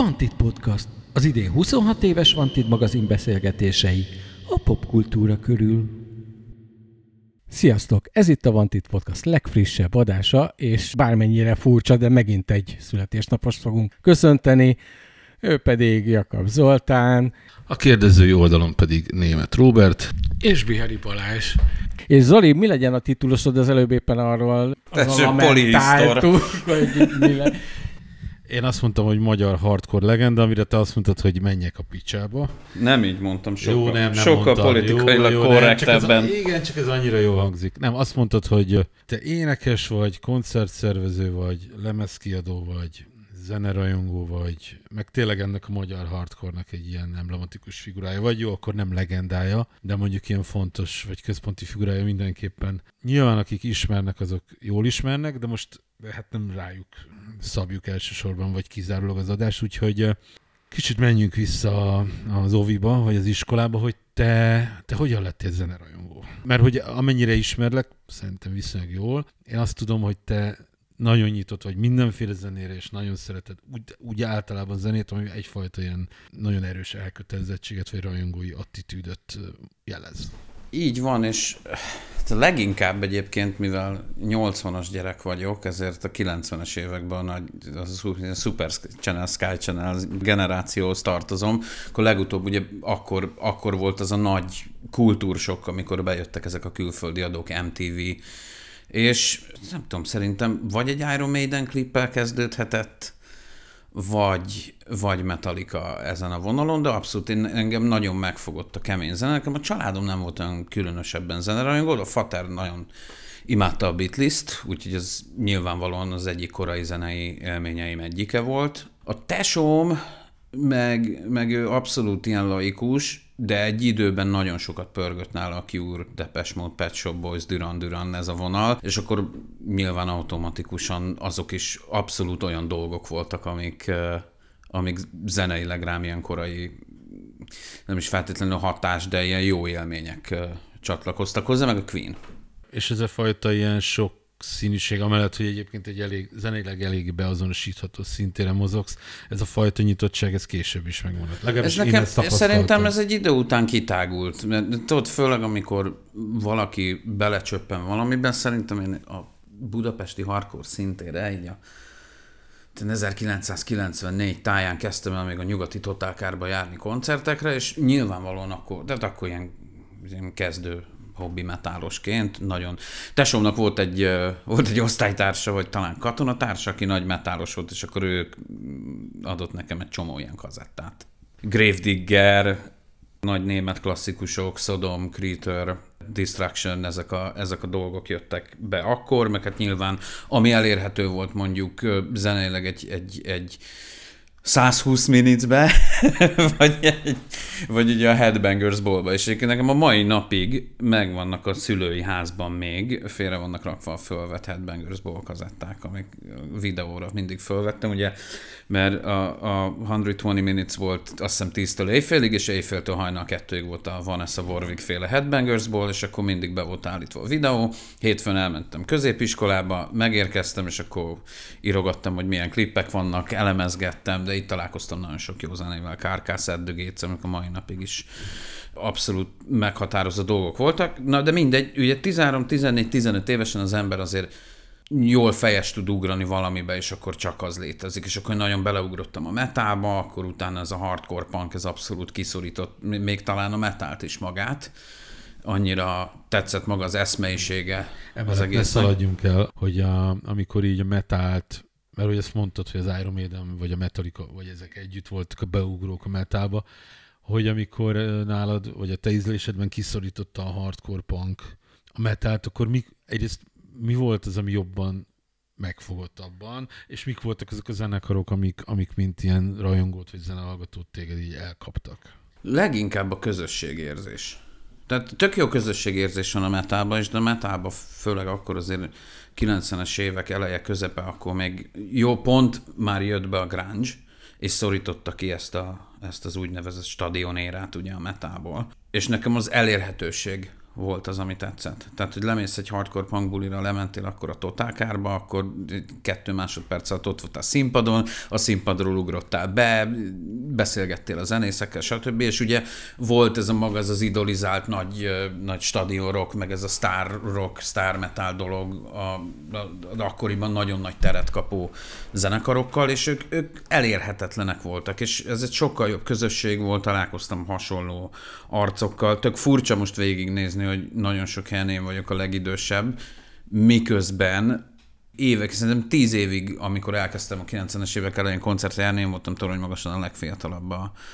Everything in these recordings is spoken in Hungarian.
Vantit Podcast, az idén 26 éves Vantit magazin beszélgetései a popkultúra körül. Sziasztok! Ez itt a Vantit Podcast legfrissebb adása, és bármennyire furcsa, de megint egy születésnapost fogunk köszönteni. Ő pedig Jakab Zoltán. A kérdezői oldalon pedig Németh Róbert. És Bihari Balázs. És Zoli, mi legyen a titulosod? Az előbb éppen arról lamentáltunk, hogy mi le... Én azt mondtam, hogy magyar hardcore legenda, amire te azt mondtad, hogy menjek a picsába. Nem így mondtam, sokkal mondtam. politikailag korrektebben. Igen, csak ez annyira jól hangzik. Nem, azt mondtad, hogy te énekes vagy, koncertszervező vagy, lemezkiadó vagy, zenerajongó vagy, meg tényleg ennek a magyar hardcore-nak egy ilyen emblematikus figurája vagy. Jó, akkor nem legendája, de mondjuk ilyen fontos vagy központi figurája mindenképpen. Nyilván akik ismernek, azok jól ismernek, de most hát nem rájuk szabjuk elsősorban, vagy kizárólag az adás, úgyhogy kicsit menjünk vissza az oviba, vagy az iskolába, hogy te hogyan lettél zenerajongó. Mert hogy amennyire ismerlek, szerintem viszonylag jól, én azt tudom, hogy te nagyon nyitott vagy mindenféle zenére, és nagyon szereted úgy általában zenét, ami egyfajta ilyen nagyon erős elkötelezettséget, vagy rajongói attitűdöt jelez. Így van, és leginkább egyébként, mivel 80-as gyerek vagyok, ezért a 90-es években a Super Channel, Sky Channel generációhoz tartozom, akkor legutóbb ugye akkor volt az a nagy kultúrsokk, amikor bejöttek ezek a külföldi adók, MTV, és nem tudom, szerintem vagy egy Iron Maiden klippel kezdődhetett, vagy Metallica ezen a vonalon, de abszolút engem nagyon megfogott a kemény zene. Nekem a családom nem volt olyan különösebben zenerajongó, a fater nagyon imádta a Beatles-t, úgyhogy ez nyilvánvalóan az egyik korai zenei élményeim egyike volt. A tesóm meg ő abszolút ilyen laikus, de egy időben nagyon sokat pörgött nála a Cure, Depeche Mode, Pet Shop Boys, Duran Duran, ez a vonal, és akkor nyilván automatikusan azok is abszolút olyan dolgok voltak, amik zeneileg rám ilyen korai, nem is feltétlenül hatás, de ilyen jó élmények csatlakoztak hozzá, meg a Queen. És ez a fajta ilyen sok színűség, amellett, hogy egyébként egy zeneileg elég beazonosítható szintére mozogsz, ez a fajta nyitottság, ez később is megmaradt. Legalábbis én ezt tapasztaltam. Szerintem ez egy idő után kitágult. Mert tudod, főleg amikor valaki belecsöppen valamiben, szerintem én a budapesti hardcore szintére így a 1994 táján kezdtem el még a nyugati Totálkárba járni koncertekre, és nyilvánvalóan akkor ilyen kezdő hobbi metálosként, nagyon... Tesómnak volt egy osztálytársa, vagy talán katonatársa, aki nagy metálos volt, és akkor ő adott nekem egy csomó ilyen kazettát. Gravedigger, nagy német klasszikusok, Sodom, Creator, Destruction, ezek a dolgok jöttek be akkor, meg hát nyilván, ami elérhető volt mondjuk zeneileg egy 120 minutesbe, vagy ugye a Headbangers Ballba. És egyébként nekem a mai napig megvannak a szülői házban még, félre vannak rakva a fölvett Headbangers Ball kazetták, amik videóra mindig fölvettem, ugye, mert a 120 minutes volt azt hiszem 10-től éjfélig, és éjféltől hajnal 2-ig volt a Vanessa Warwick féle Headbangers Ball, és akkor mindig be volt állítva a videó. Hétfőn elmentem középiskolába, megérkeztem, és akkor írogattam, hogy milyen klippek vannak, elemezgettem, de itt találkoztam nagyon sok jó zenével, Kárkász, Erdőgéc, amik a mai napig is abszolút meghatározó dolgok voltak. Na, de mindegy, ugye 13, 14, 15 évesen az ember azért jól fejes tud ugrani valamibe, és akkor csak az létezik. És akkor nagyon beleugrottam a metalba, akkor utána ez a hardcore punk, ez abszolút kiszorított, még talán a metált is magát. Annyira tetszett maga az eszmeisége az egész. Ne szaladjunk el, hogy amikor így a metált, mert hogy ezt mondtad, hogy az Iron Maiden, vagy a Metallica, vagy ezek együtt voltak a beugrók a metálba, hogy amikor nálad, vagy a te ízlésedben kiszorította a hardcore punk a metált, akkor egyrészt mi volt az, ami jobban megfogott abban, és mik voltak azok a zenekarok, amik mint ilyen rajongót, vagy zenehallgatót téged így elkaptak? Leginkább a közösségérzés. Tehát tök jó közösségérzés van a metálban, és de a metálban főleg akkor azért 90-es évek eleje, közepe, akkor még jó pont már jött be a grunge, és szorította ki ezt az úgynevezett stadionérát ugye a metából. És nekem az elérhetőség volt az, ami tetszett. Tehát, hogy lemész egy hardcore punk bulira, lementél akkor a Total Car-ba, akkor 2 másodperc alatt ott voltál színpadon, a színpadról ugrottál be, beszélgettél a zenészekkel, stb. És ugye volt ez a maga, ez az idolizált nagy stadion rock, meg ez a star rock, star metal dolog, akkoriban nagyon nagy teret kapó zenekarokkal, és ők elérhetetlenek voltak, és ez egy sokkal jobb közösség volt, találkoztam hasonló arcokkal. Tök furcsa most végignézni, hogy nagyon sok helyen én vagyok a legidősebb, miközben szerintem 10 évig, amikor elkezdtem a 90-es évek elején koncertre járni, én voltam torony magasan a legfiatalabb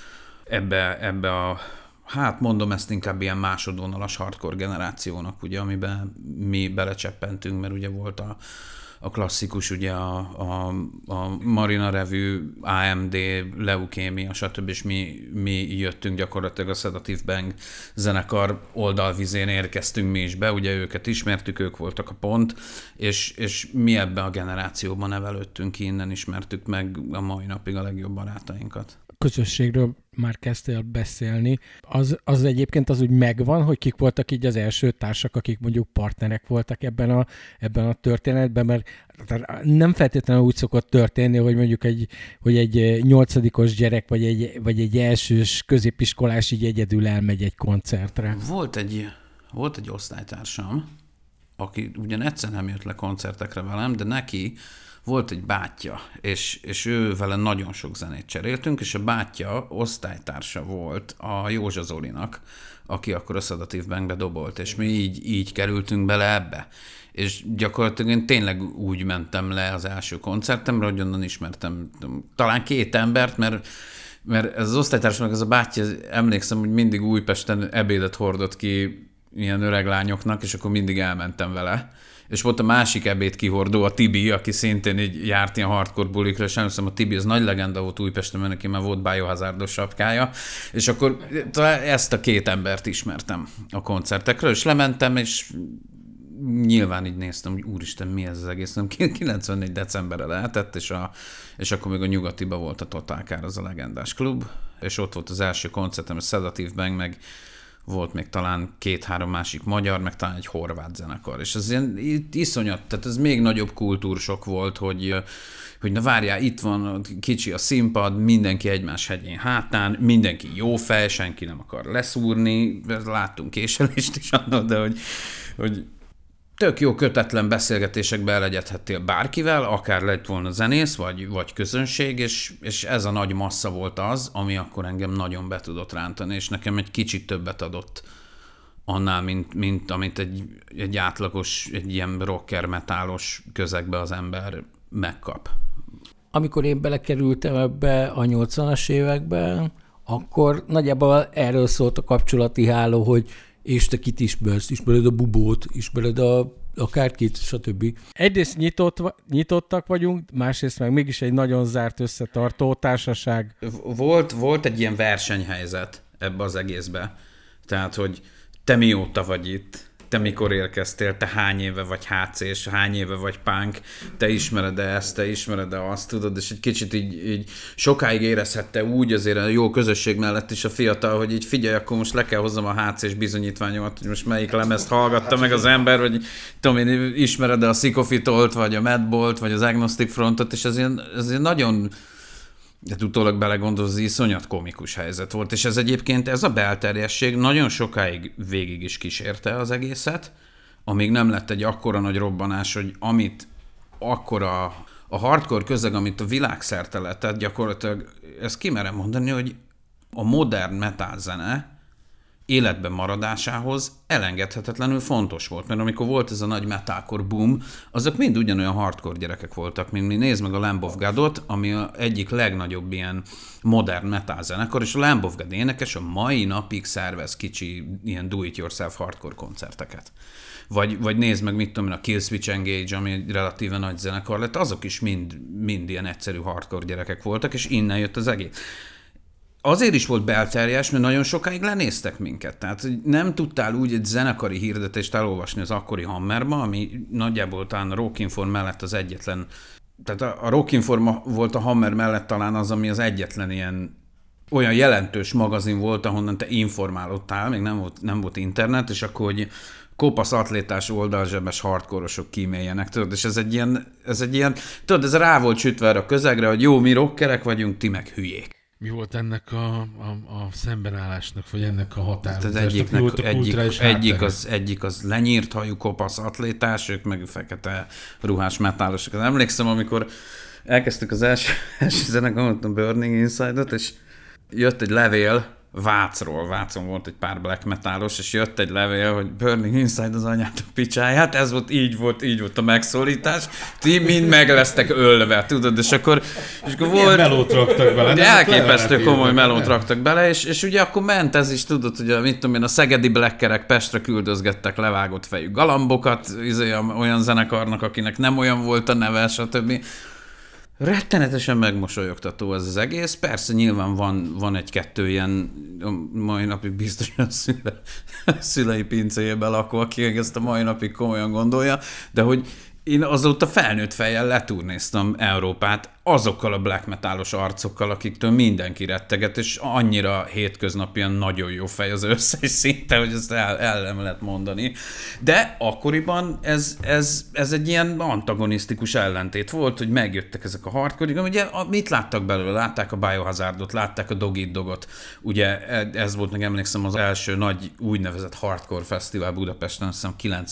ebbe a, hát mondom ezt inkább ilyen másodvonalas hardcore generációnak, ugye, amiben mi belecsöppentünk, mert ugye volt a klasszikus, ugye a Marina Revű, AMD, Leukémia, stb. És mi jöttünk gyakorlatilag a Sedative Bang zenekar oldalvizén érkeztünk mi is be, ugye őket ismertük, ők voltak a pont, és mi ebbe a generációban nevelődtünk ki, innen ismertük meg a mai napig a legjobb barátainkat. Közösségről már kezdtél beszélni. Az egyébként az úgy megvan, hogy kik voltak így az első társak, akik mondjuk partnerek voltak ebben a történetben, mert nem feltétlenül úgy szokott történni, hogy mondjuk egy 8-os gyerek, vagy egy elsős középiskolás így egyedül elmegy egy koncertre. Volt egy osztálytársam, aki ugyan egyszer nem jött le koncertekre velem, de neki volt egy bátyja, és ő vele nagyon sok zenét cseréltünk, és a bátyja osztálytársa volt a Józsa Zolinak, aki akkor a Sedative Bangbe dobolt, és mi így kerültünk bele ebbe. És gyakorlatilag én tényleg úgy mentem le az első koncertemre, hogy onnan ismertem talán 2 embert, mert ez az osztálytársamnak, ez a bátyja, emlékszem, hogy mindig Újpesten ebédet hordott ki ilyen öreg lányoknak, és akkor mindig elmentem vele. És volt a másik ebéd kihordó, a Tibi, aki szintén így járt ilyen hardcore bulikra, és emlékszem, a Tibi az nagy legenda volt Újpesten, mert neki már volt Biohazardos sapkája, és akkor ezt a 2 embert ismertem a koncertekről, és lementem, és nyilván így néztem, hogy úristen, mi ez az egész, nem 94 decemberre lehetett, és akkor még a Nyugatiba volt a Total Car, az a legendás klub, és ott volt az első koncertem, a Sedative Bang, meg volt még talán 2-3 másik magyar, meg talán egy horvát zenekar. És ez ilyen iszonyat, tehát ez még nagyobb kultúrsok volt, hogy na várjál, itt van kicsi a színpad, mindenki egymás hegyén hátán, mindenki jó fej, senki nem akar leszúrni, láttunk késelést is annak, de hogy tök jó kötetlen beszélgetésekbe elegyedhettél bárkivel, akár lett volna zenész, vagy közönség, és ez a nagy massza volt az, ami akkor engem nagyon be tudott rántani, és nekem egy kicsit többet adott annál, mint amit egy átlagos, egy ilyen rocker, metálos közegbe az ember megkap. Amikor én belekerültem ebbe a 80-as években, akkor nagyjából erről szólt a kapcsolati háló, hogy és te kit ismersz? Ismered a Bubót, ismered akárkit, stb. Egyrészt nyitottak vagyunk, másrészt meg mégis egy nagyon zárt összetartó társaság. Volt egy ilyen versenyhelyzet ebbe az egészbe. Tehát, hogy te mióta vagy itt, te mikor érkeztél, te hány éve vagy HC-s, hány éve vagy punk, te ismered-e ezt, te ismered-e azt, tudod, és egy kicsit így sokáig érezhette úgy azért a jó közösség mellett is a fiatal, hogy így figyelj, akkor most le kell hozzam a HC-s bizonyítványomat, hogy most melyik lemezt hallgatta meg az ember, vagy tudom én, ismered-e a Sycophitolt, vagy a Madballt, vagy az Agnostic Frontot, és ez ilyen nagyon... De utólag belegondolsz, az iszonyat komikus helyzet volt, és ez egyébként, ez a belterjesség nagyon sokáig végig is kísérte az egészet, amíg nem lett egy akkora nagy robbanás, hogy amit akkora a hardcore közeg, amit a világszerte lett, tehát gyakorlatilag ezt kimerem mondani, hogy a modern metal zene életben maradásához elengedhetetlenül fontos volt, mert amikor volt ez a nagy metalcore boom, azok mind ugyanolyan hardcore gyerekek voltak, mint mi. Nézd meg a Lamb of God-ot, ami a egyik legnagyobb ilyen modern metal zenekar, és a Lamb of God énekes a mai napig szervez kicsi ilyen do-it-yourself hardcore koncerteket. Vagy nézd meg, mit tudom én, a Killswitch Engage, ami egy relatíve nagy zenekar lett, azok is mind ilyen egyszerű hardcore gyerekek voltak, és innen jött az egész. Azért is volt belterjes, mert nagyon sokáig lenéztek minket. Tehát nem tudtál úgy egy zenekari hirdetést elolvasni az akkori Hammerba, ami nagyjából talán a Rock Inform mellett az egyetlen... Tehát a Rock Inform volt a Hammer mellett talán az, ami az egyetlen ilyen olyan jelentős magazin volt, ahonnan te informálódtál, még nem volt internet, és akkor, hogy kopasz atlétás oldalzsebes hardkorosok kíméljenek, tudod, és ez egy ilyen, tudod, ez rá volt sütve erre a közegre, hogy jó, mi rockerek vagyunk, ti meg hülyék. Mi volt ennek a szembenállásnak, vagy ennek a határozása? Egyik az lenyírt hajú kopasz atlétás, ők meg fekete ruhás metálosok. Emlékszem, amikor elkezdtük az első zenekarot, a Burning Inside-ot, és jött egy levél Vácon volt egy pár black metalos, és jött egy levél, hogy Burning Inside az anyátok picsáját, ez volt, így volt a megszólítás, ti mind meg lesztek ölve, tudod, és akkor volt... melót raktak bele. Elképesztő komoly melót raktak bele, és ugye akkor ment ez is, tudod, hogy mit tudom én, a szegedi blackerek Pestre küldözgettek levágott fejű galambokat, olyan zenekarnak, akinek nem olyan volt a neve, stb. Rettenetesen megmosolyogtató ez az egész. Persze nyilván van egy-kettő ilyen mai napig biztosan szülei pincéjében lakó, aki ezt a mai napig komolyan gondolja, de hogy én azóta felnőtt fejjel letúrnéztem Európát azokkal a black metalos arcokkal, akiktől mindenki retteget, és annyira hétköznapian nagyon jó fej az összes szinte, hogy ezt el nem lehet mondani. De akkoriban ez egy ilyen antagonisztikus ellentét volt, hogy megjöttek ezek a hardcore, ugye mit láttak belőle? Látták a Biohazardot, látták a Dog Eat Dogot, ugye ez volt, meg emlékszem, az első nagy úgynevezett hardcore fesztivál Budapesten, azt hiszem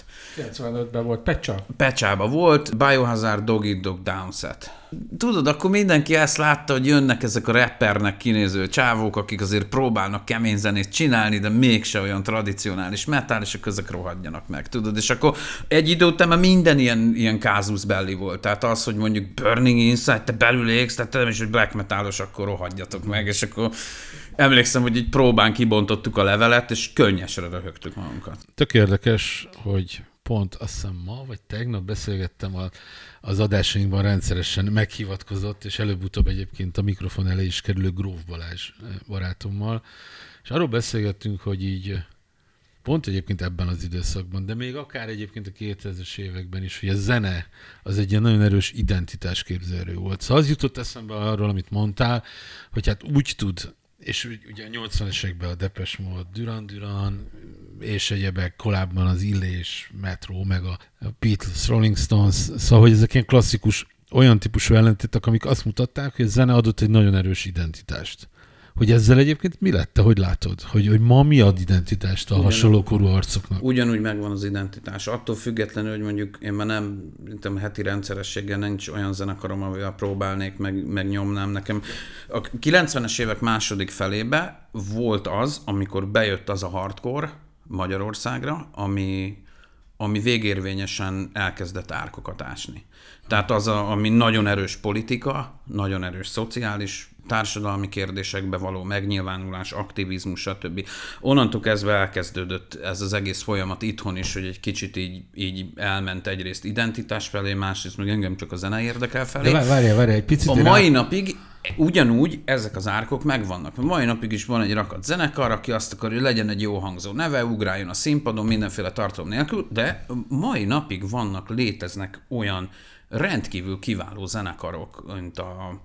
95-ben volt Pecsába volt, Biohazard, Dog Eat Dog, Downset. Tudod, akkor mindenki ezt látta, hogy jönnek ezek a rappernek kinéző csávók, akik azért próbálnak kemény zenét csinálni, de mégse olyan tradicionális metal, és akkor ezek rohadjanak meg, tudod? És akkor egy idő után már minden ilyen casus belli volt. Tehát az, hogy mondjuk Burning Inside, te belül égsz, tehát te nem is, hogy black metalos, akkor rohadjatok meg, és akkor emlékszem, hogy így próbán kibontottuk a levelet, és könnyesre röhögtük magunkat. Tök érdekes, hogy pont azt hiszem ma, vagy tegnap beszélgettem az adásainkban rendszeresen meghivatkozott, és előbb-utóbb egyébként a mikrofon elé is kerülő Gróf Balázs barátommal, és arról beszélgettünk, hogy így pont egyébként ebben az időszakban, de még akár egyébként a 2000-es években is, hogy a zene az egy ilyen nagyon erős identitásképző volt. Szóval az jutott eszembe arról, amit mondtál, hogy hát úgy tud, és ugye a 80-es években a Depeche Mode, Duran Duran, és egyebek korábban az Illés, Metro, meg a Beatles, Rolling Stones, szóval hogy ezek ilyen klasszikus, olyan típusú ellentétek, amik azt mutatták, hogy a zene adott egy nagyon erős identitást. Hogy ezzel egyébként mi lett, te hogy látod? Hogy ma mi ad identitást a hasonlókorú arcoknak? Ugyanúgy megvan az identitás. Attól függetlenül, hogy mondjuk én már nem heti rendszerességgel nincs olyan zenekarom, amivel próbálnék, meg nyomnám nekem. A 90-es évek második felébe volt az, amikor bejött az a hardcore Magyarországra, ami végérvényesen elkezdett árkokat ásni. Tehát az, ami nagyon erős politika, nagyon erős szociális, társadalmi kérdésekbe való megnyilvánulás, aktivizmus, stb. Onnantól kezdve elkezdődött ez az egész folyamat itthon is, hogy egy kicsit így elment egyrészt identitás felé, másrészt meg engem csak a zene érdekel felé. De várjál, egy picit. A mai napig ugyanúgy ezek az árkok megvannak. A mai napig is van egy rakat zenekar, aki azt akarja, hogy legyen egy jó hangzó neve, ugráljon a színpadon mindenféle tartalom nélkül, de mai napig léteznek olyan rendkívül kiváló zenekarok, mint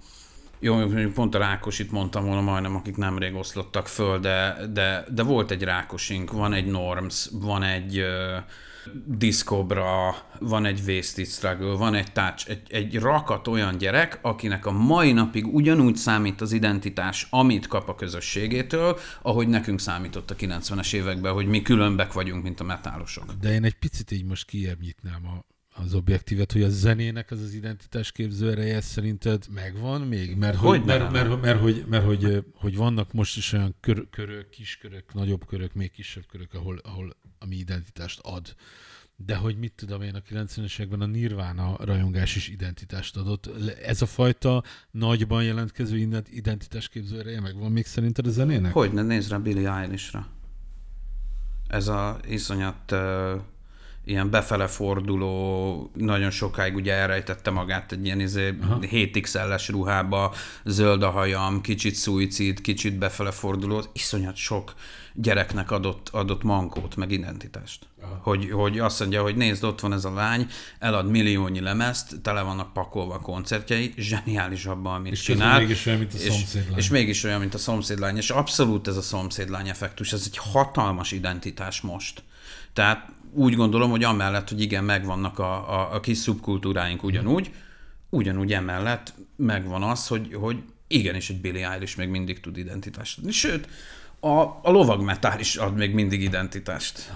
jó, pont a Rákosit mondtam volna majdnem, akik nemrég oszlottak föl, de volt egy Rákosink, van egy Norms, van egy Discobra, van egy Wasted Struggle, van egy Touch, egy rakat olyan gyerek, akinek a mai napig ugyanúgy számít az identitás, amit kap a közösségétől, ahogy nekünk számított a 90-es években, hogy mi különbek vagyunk, mint a metálosok. De én egy picit így most kijebb nyitnám az objektívet, hogy a zenének az identitásképző ereje szerinted megvan még? Mert hogy vannak most is olyan körök, kiskörök, nagyobb körök, még kisebb körök, ahol ami identitást ad. De hogy mit tudom én, a 90-es években a Nirvana rajongás is identitást adott. Ez a fajta nagyban jelentkező identitásképző ereje megvan még szerinted a zenének? Hogyne, nézd rá Billie Eilishra. Ez a iszonyat ilyen befele forduló, nagyon sokáig ugye elrejtette magát egy ilyen 7XL-es ruhába, zöld a hajam, kicsit szuicid, kicsit befele forduló, iszonyat sok gyereknek adott mankót, meg identitást. Hogy azt mondja, hogy nézd, ott van ez a lány, elad milliónyi lemezt, tele vannak pakolva a koncertjei, zseniális abban, amit és csinál. Mégis olyan, mint a szomszédlány. És mégis olyan, mint a szomszédlány. És abszolút ez a szomszédlány effektus, ez egy hatalmas identitás most. Tehát úgy gondolom, hogy amellett, hogy igen, megvannak a kis szubkultúráink ugyanúgy emellett megvan az, hogy igenis egy Billie Eilish még mindig tud identitást adni. Sőt, a lovag metal is ad még mindig identitást.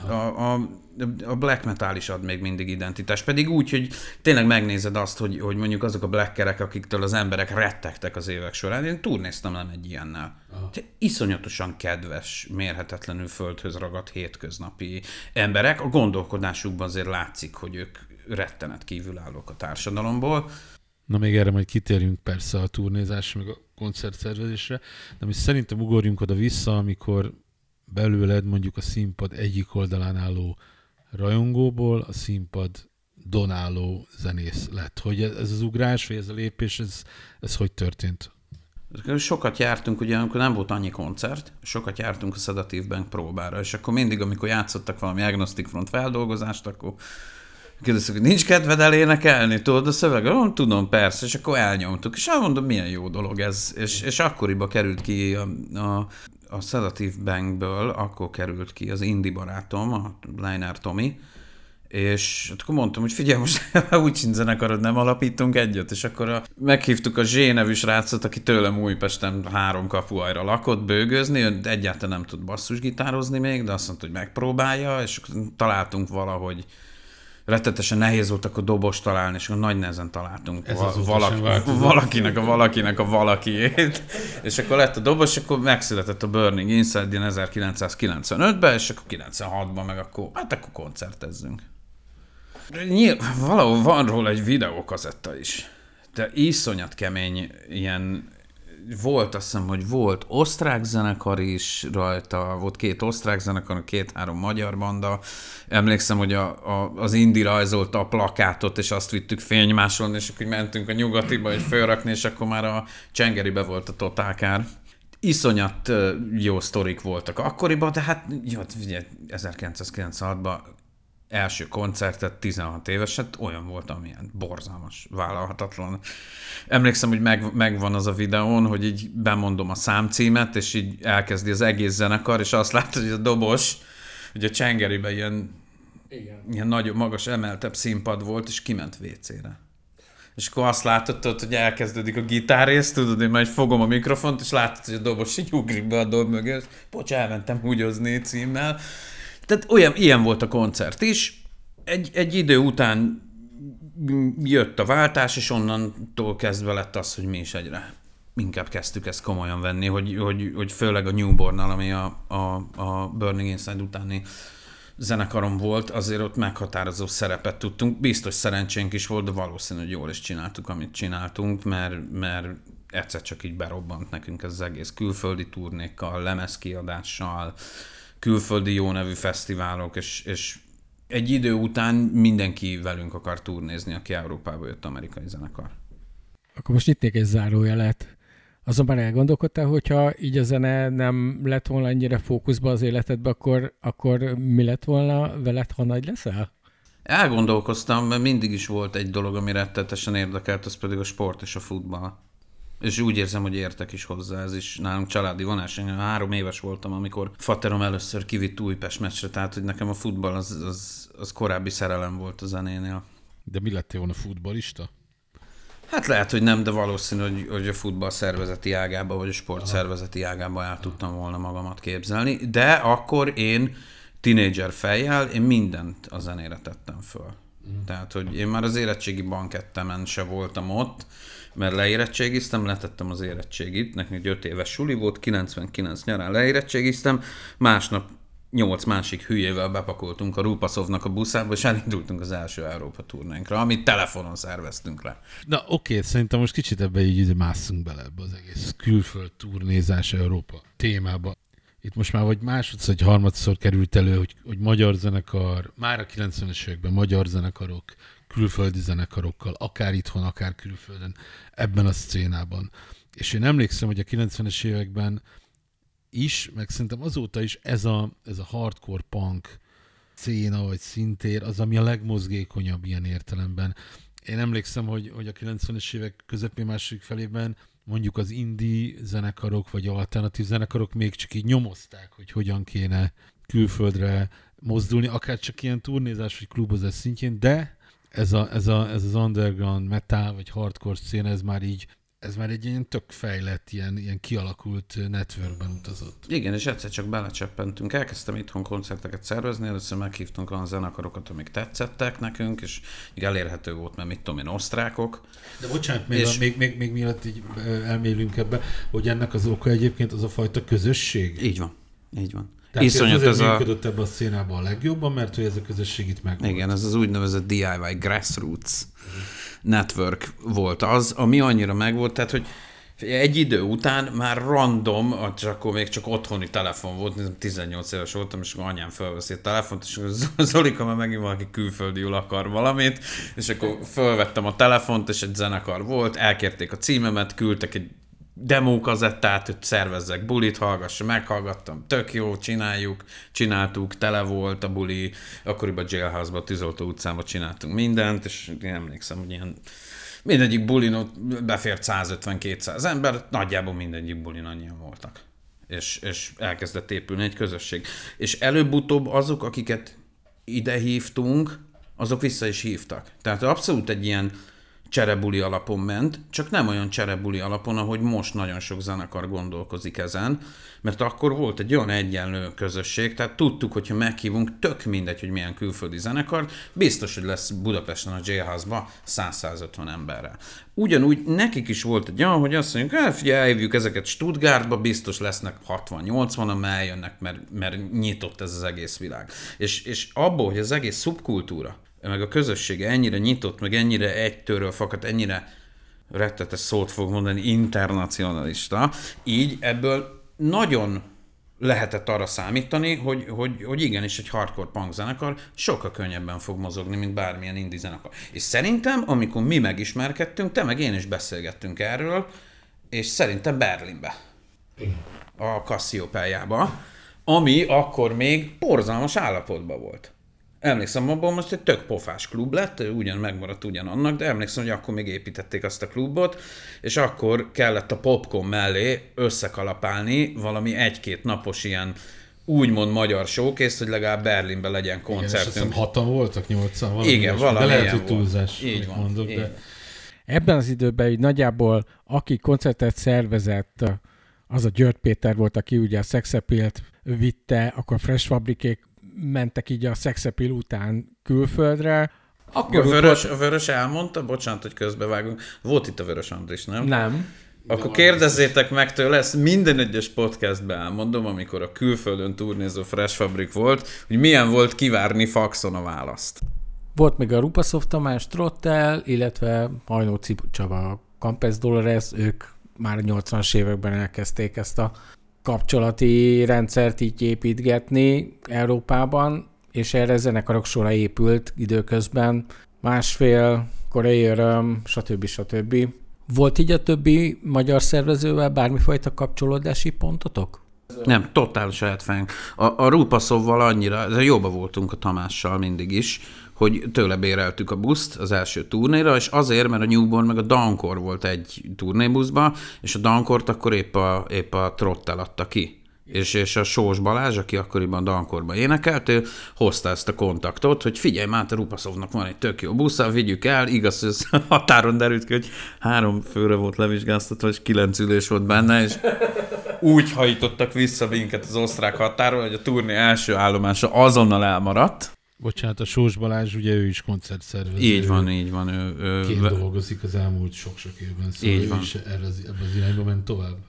A black metal is ad még mindig identitást. Pedig úgy, hogy tényleg megnézed azt, hogy mondjuk azok a blackerek, akiktől az emberek rettegtek az évek során. Én turnéztem nem egy ilyennel. Iszonyatosan kedves, mérhetetlenül földhöz ragadt hétköznapi emberek. A gondolkodásukban azért látszik, hogy ők rettenet kívülállók a társadalomból. Na még erre majd kitérjünk persze a turnézásra, meg a koncertszervezésre, de mi szerintem ugorjunk oda-vissza, amikor belőled mondjuk a színpad egyik oldalán álló rajongóból a színpad donáló zenész lett. Hogy ez az ugrás, vagy ez a lépés, ez hogy történt? Sokat jártunk, ugye amikor nem volt annyi koncert, sokat jártunk a Sedative Bank próbára, és akkor mindig, amikor játszottak valami Agnostic Front feldolgozást, akkor kérdeztük, hogy nincs kedved elénekelni, tudod a szöveg? Tudom, persze, és akkor elnyomtuk. És elmondom, milyen jó dolog ez. És akkoriban került ki a Sedative Bankből, akkor került ki az Indi barátom, a Leiner Tomi, és akkor mondtam, hogy figyelj, most úgy sincs zenekarod, nem alapítunk egyet, és akkor meghívtuk a Zsé nevű srácot, aki tőlem Újpesten 3 kapuajra lakott bőgözni, egyáltalán nem tud basszusgitározni még, de azt mondta, hogy megpróbálja, és találtunk valahogy. Rettetesen nehéz volt akkor dobost találni, és akkor nagy nehezen találtunk valakinek a valakiét. És akkor lett a dobos, és akkor megszületett a Burning Inside ilyen 1995-ben, és akkor 96-ban meg akkor koncertezzünk. Valahol van róla egy videókazetta is, de iszonyat kemény ilyen. Volt, azt hiszem, hogy volt osztrák zenekar is rajta, volt 2 osztrák zenekar, 2-3 magyar banda. Emlékszem, hogy az Indi rajzolta a plakátot, és azt vittük fénymásolni, és akkor mentünk a Nyugatiba, hogy fölrakni, és akkor már a Csengeribe volt a totálkár. Iszonyat jó sztorik voltak akkoriban, de hát ugye 1996-ban első koncertet 16 éveset, olyan volt, amilyen borzalmas, vállalhatatlan. Emlékszem, hogy megvan az a videón, hogy így bemondom a számcímet, és így elkezdi az egész zenekar, és azt látod, hogy a dobos, hogy a Csengeriben ilyen nagyobb, magas, emeltebb színpad volt, és kiment WC-re. És akkor azt látod, hogy elkezdődik a gitárrész, tudod, én majd fogom a mikrofont, és látod, hogy a dobos így ugrik be a dob mögé, bocs, elmentem húgyozni címmel. Tehát ilyen volt a koncert is. Egy idő után jött a váltás, és onnantól kezdve lett az, hogy mi is egyre inkább kezdtük ezt komolyan venni, hogy főleg a Newborn-nal, ami a Burning Inside utáni zenekarom volt, azért ott meghatározó szerepet tudtunk. Biztos szerencsénk is volt, de valószínű, hogy jól is csináltuk, amit csináltunk, mert egyszer csak így berobbant nekünk ez az egész külföldi turnékkal, lemezkiadással, külföldi jó nevű fesztiválok, és egy idő után mindenki velünk akar turnézni, aki Európába jött, amerikai zenekar. Akkor most nyitnék egy zárójelet. Azonban elgondolkodtál, hogyha így a zene nem lett volna ennyire fókuszba az életedbe, akkor mi lett volna veled, ha nagy leszel? Elgondolkoztam, mert mindig is volt egy dolog, ami rettetesen érdekelt, az pedig a sport és a futball. És úgy érzem, hogy értek is hozzá, ez is nálunk családi vonás. Én 3 éves voltam, amikor faterom először kivitt Újpest meccsre, tehát hogy nekem a futball az korábbi szerelem volt a zenénél. De mi lettél volna futballista? Hát lehet, hogy nem, de valószínű, hogy a futball szervezeti ágába, vagy a sport szervezeti ágába el tudtam volna magamat képzelni, de akkor én tínédzser fejjel, én mindent a zenére tettem föl. Tehát, hogy én már az érettségi bankettemen se voltam ott, mert leérettségiztem, letettem az érettségit, nekem egy 5 éves suli volt, 99 nyarán leérettségiztem, másnap 8 másik hülyével bepakoltunk a Rupaszovnak a buszába, és elindultunk az első Európa turnénkra, amit telefonon szerveztünk le. Na oké, szerintem most kicsit ebbe így másszunk bele ebbe az egész külföld turnézás Európa témába. itt most már vagy másodszor, vagy harmadszor került elő, hogy magyar zenekar, már a 90-es években magyar zenekarok, külföldi zenekarokkal, akár itthon, akár külföldön, ebben a szcénában. És én emlékszem, hogy a 90-es években is, meg szerintem azóta is ez a hardcore punk széna, vagy szintér, az, ami a legmozgékonyabb ilyen értelemben. Én emlékszem, hogy a 90-es évek közepén második felében mondjuk az indie zenekarok, vagy alternatív zenekarok még csak így nyomozták, hogy hogyan kéne külföldre mozdulni, akár csak ilyen turnézás, vagy klubozás szintjén, de ez az underground metal, vagy hardcore széna, ez már egy ilyen tök fejlett, ilyen kialakult networkben utazott. Igen, és egyszer csak belecseppentünk. Elkezdtem itthon koncerteket szervezni, először meghívtunk olyan zenekarokat, amik tetszettek nekünk, és elérhető volt, mert mit tudom én, osztrákok. De bocsánat, még mielőtt így elmélünk ebbe, hogy ennek az oka egyébként az a fajta közösség? Így van. Tehát Iszonyat ez működött ebben a szénában a legjobban, mert hogy ez a közösség itt megvolt. Igen, ez az úgynevezett DIY, Grassroots Network volt az, ami annyira megvolt, tehát, hogy egy idő után már random, akkor még csak otthoni telefon volt, 18 éves voltam, és akkor anyám felveszi a telefont, és Zolika már megint valaki külföldiül akar valamit, és akkor felvettem a telefont, és egy zenekar volt, elkérték a címemet, küldtek egy demókazettát, hogy szervezzek bulit, hallgassa, meghallgattam, tök jó, csináltuk, tele volt a buli, akkoriban Jailhouse-ban, a Tűzoltó utcában csináltunk mindent, és én emlékszem, hogy ilyen mindegyik bulin befért 150-200 ember, nagyjából mindegyik bulin annyian voltak. És elkezdett épülni egy közösség. És előbb-utóbb azok, akiket ide hívtunk, azok vissza is hívtak. Tehát abszolút egy ilyen cserebuli alapon ment, csak nem olyan cserebuli alapon, ahogy most nagyon sok zenekar gondolkozik ezen, mert akkor volt egy olyan egyenlő közösség, tehát tudtuk, hogyha meghívunk, tök mindegy, hogy milyen külföldi zenekart, biztos, hogy lesz Budapesten a Jailhouse-ba 100-150 emberrel. Ugyanúgy nekik is volt egy olyan, hogy azt mondjuk, figyelj, elhívjuk ezeket Stuttgartba, biztos lesznek 60-80-an, eljönnek, mert nyitott ez az egész világ. És abból, hogy az egész szubkultúra, meg a közössége ennyire nyitott, meg ennyire egytőről fakadt, ennyire rettetes szót fog mondani, internacionalista, így ebből nagyon lehetett arra számítani, hogy igenis egy hardcore punk zenekar sokkal könnyebben fog mozogni, mint bármilyen indie zenekar. És szerintem, amikor mi megismerkedtünk, te meg én is beszélgettünk erről, és szerintem Berlinbe, a Cassiopeia-ba, ami akkor még borzalmas állapotban volt. Emlékszem, abban most egy tök pofás klub lett, megmaradt ugyanannak, de emlékszem, hogy akkor még építették azt a klubot, és akkor kellett a Popcorn mellé összekalapálni valami 1-2 napos ilyen úgymond magyar showcase, hogy legalább Berlinben legyen koncertünk. Igen, és azt 6-an voltak, 8-an, valami. Igen, valami de lehet, hogy túlzás, így van, mondok, de... Ebben az időben így nagyjából, aki koncertet szervezett, az a György Péter volt, aki ugye a Sex Appeal-t vitte, akkor Fresh Fabrikék mentek így a Sex Appeal után külföldre. Akkor a Vörös elmondta, bocsánat, hogy közbevágunk, volt itt a Vörös Andris, nem? Nem. Akkor kérdezzétek meg tőle, ezt minden egyes podcastben elmondom, amikor a külföldön turnézó Fresh Fabrik volt, hogy milyen volt kivárni faxon a választ. Volt még a Rupaszov Tamás Trottel, illetve Hajnóci Csaba Campes Dolores, ők már 80-as években elkezdték ezt a kapcsolati rendszert így építgetni Európában, és erre zenekarok sora épült időközben. Másfél, Koreai Öröm, stb. Volt így a többi magyar szervezővel bármifajta kapcsolódási pontotok? Nem, totál saját fejünk. A Rupaszovval annyira, de jobban voltunk a Tamással mindig is, hogy tőle béreltük a buszt az első turnéra, és azért, mert a Newborn meg a Dankor volt egy turnébuszba, és a Dankort akkor épp a Trottel adta ki. És a Sós Balázs, aki akkoriban a Dankorban énekelt, ő hozta ezt a kontaktot, hogy figyelj már, a Rupaszovnak van egy tök jó busza, vigyük el, igaz, hogy ez határon derült ki, hogy 3 főre volt levizsgáztatva, és 9 ülés volt benne, és úgy hajítottak vissza minket az osztrák határól, hogy a turné első állomása azonnal elmaradt. Bocsánat, a Sós Balázs, ugye ő is koncertszervező. Így van. Dolgozik az elmúlt sok-sok évben, szóval így van. Is ebben az irányba ment tovább.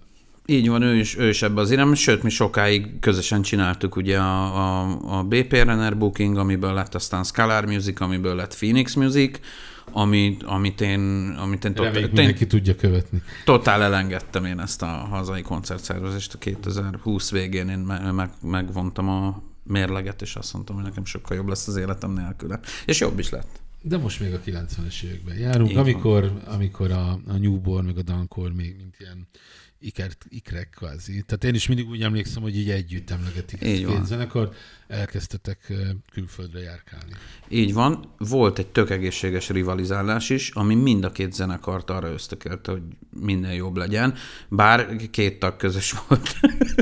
Így van, ő is ebbe az irányba, sőt, mi sokáig közösen csináltuk ugye a BP Renner Booking, amiből lett aztán Scalar Music, amiből lett Phoenix Music, amit én mindenki tudja követni. Totál elengedtem én ezt a hazai koncertszervezést a 2020 végén, én megvontam a mérleget, és azt mondtam, hogy nekem sokkal jobb lesz az életem nélküle. És jobb is lett. De most még a 90-es években járunk, amikor a Newborn meg a Dankor még mint ilyen ikrek kvázi. Tehát én is mindig úgy emlékszem, hogy így együtt emlegetik ezt a két zenekar, elkezdtetek külföldre járkálni. Így van. Volt egy tök egészséges rivalizálás is, ami mind a két zenekart arra ösztökélte, hogy minden jobb legyen, bár két tag közös volt.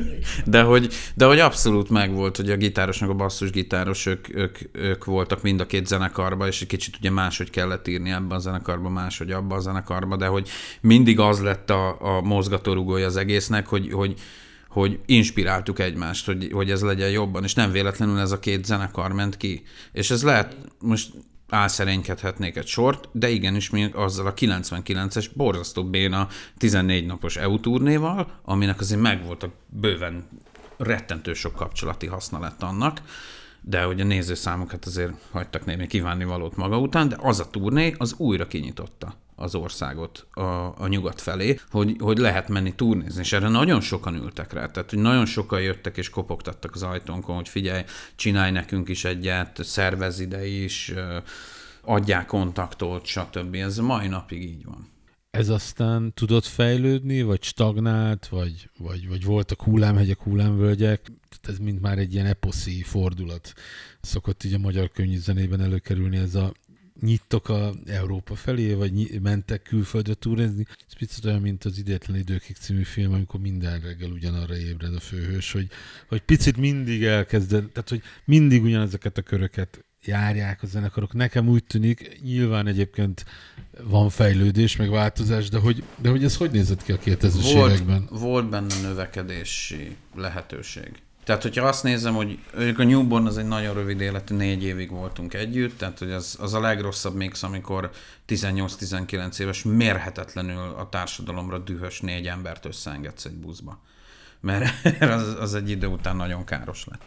de hogy abszolút megvolt, hogy a gitárosnak a basszusgitáros, ők voltak mind a két zenekarba, és egy kicsit ugye máshogy kellett írni ebbe a zenekarba, máshogy abba a zenekarba, de hogy mindig az lett a mozgatórugója az egésznek, hogy inspiráltuk egymást, hogy ez legyen jobban, és nem véletlenül ez a két zenekar ment ki. És ez lehet, most álszerénykedhetnék egy sort, de igenis mi azzal a 99-es borzasztó béna 14 napos EU turnéval, aminek azért megvoltak bőven rettentő sok kapcsolati haszna lett annak, de hogy a nézőszámokat azért hagytak némi kívánnivalót maga után, de az a turné az újra kinyitotta az országot a nyugat felé, hogy lehet menni turnézni, és erre nagyon sokan ültek rá, tehát hogy nagyon sokan jöttek és kopogtattak az ajtónkon, hogy figyelj, csinálj nekünk is egyet, szervezz ide is, adják kontaktot, stb. Ez a mai napig így van. Ez aztán tudott fejlődni, vagy stagnált, vagy voltak hullámhegyek, hullámvölgyek? Ez mind már egy ilyen eposzi fordulat. Szokott így a magyar könnyűzenében előkerülni ez a nyittok a Európa felé, vagy mentek külföldre túrázni. Ez picit olyan, mint az Idétlen időkig című film, amikor minden reggel ugyanarra ébred a főhős, hogy picit mindig elkezded, tehát hogy mindig ugyanezeket a köröket járják a zenekarok. Nekem úgy tűnik, nyilván egyébként van fejlődés, meg változás, de hogy ez hogy nézett ki a 2000-es években? Volt benne növekedési lehetőség. Tehát, hogyha azt nézem, hogy a Newborn az egy nagyon rövid életű, 4 évig voltunk együtt, tehát hogy az a legrosszabb mix, amikor 18-19 éves mérhetetlenül a társadalomra dühös 4 embert összeengedsz egy buszba. Mert az egy idő után nagyon káros lett.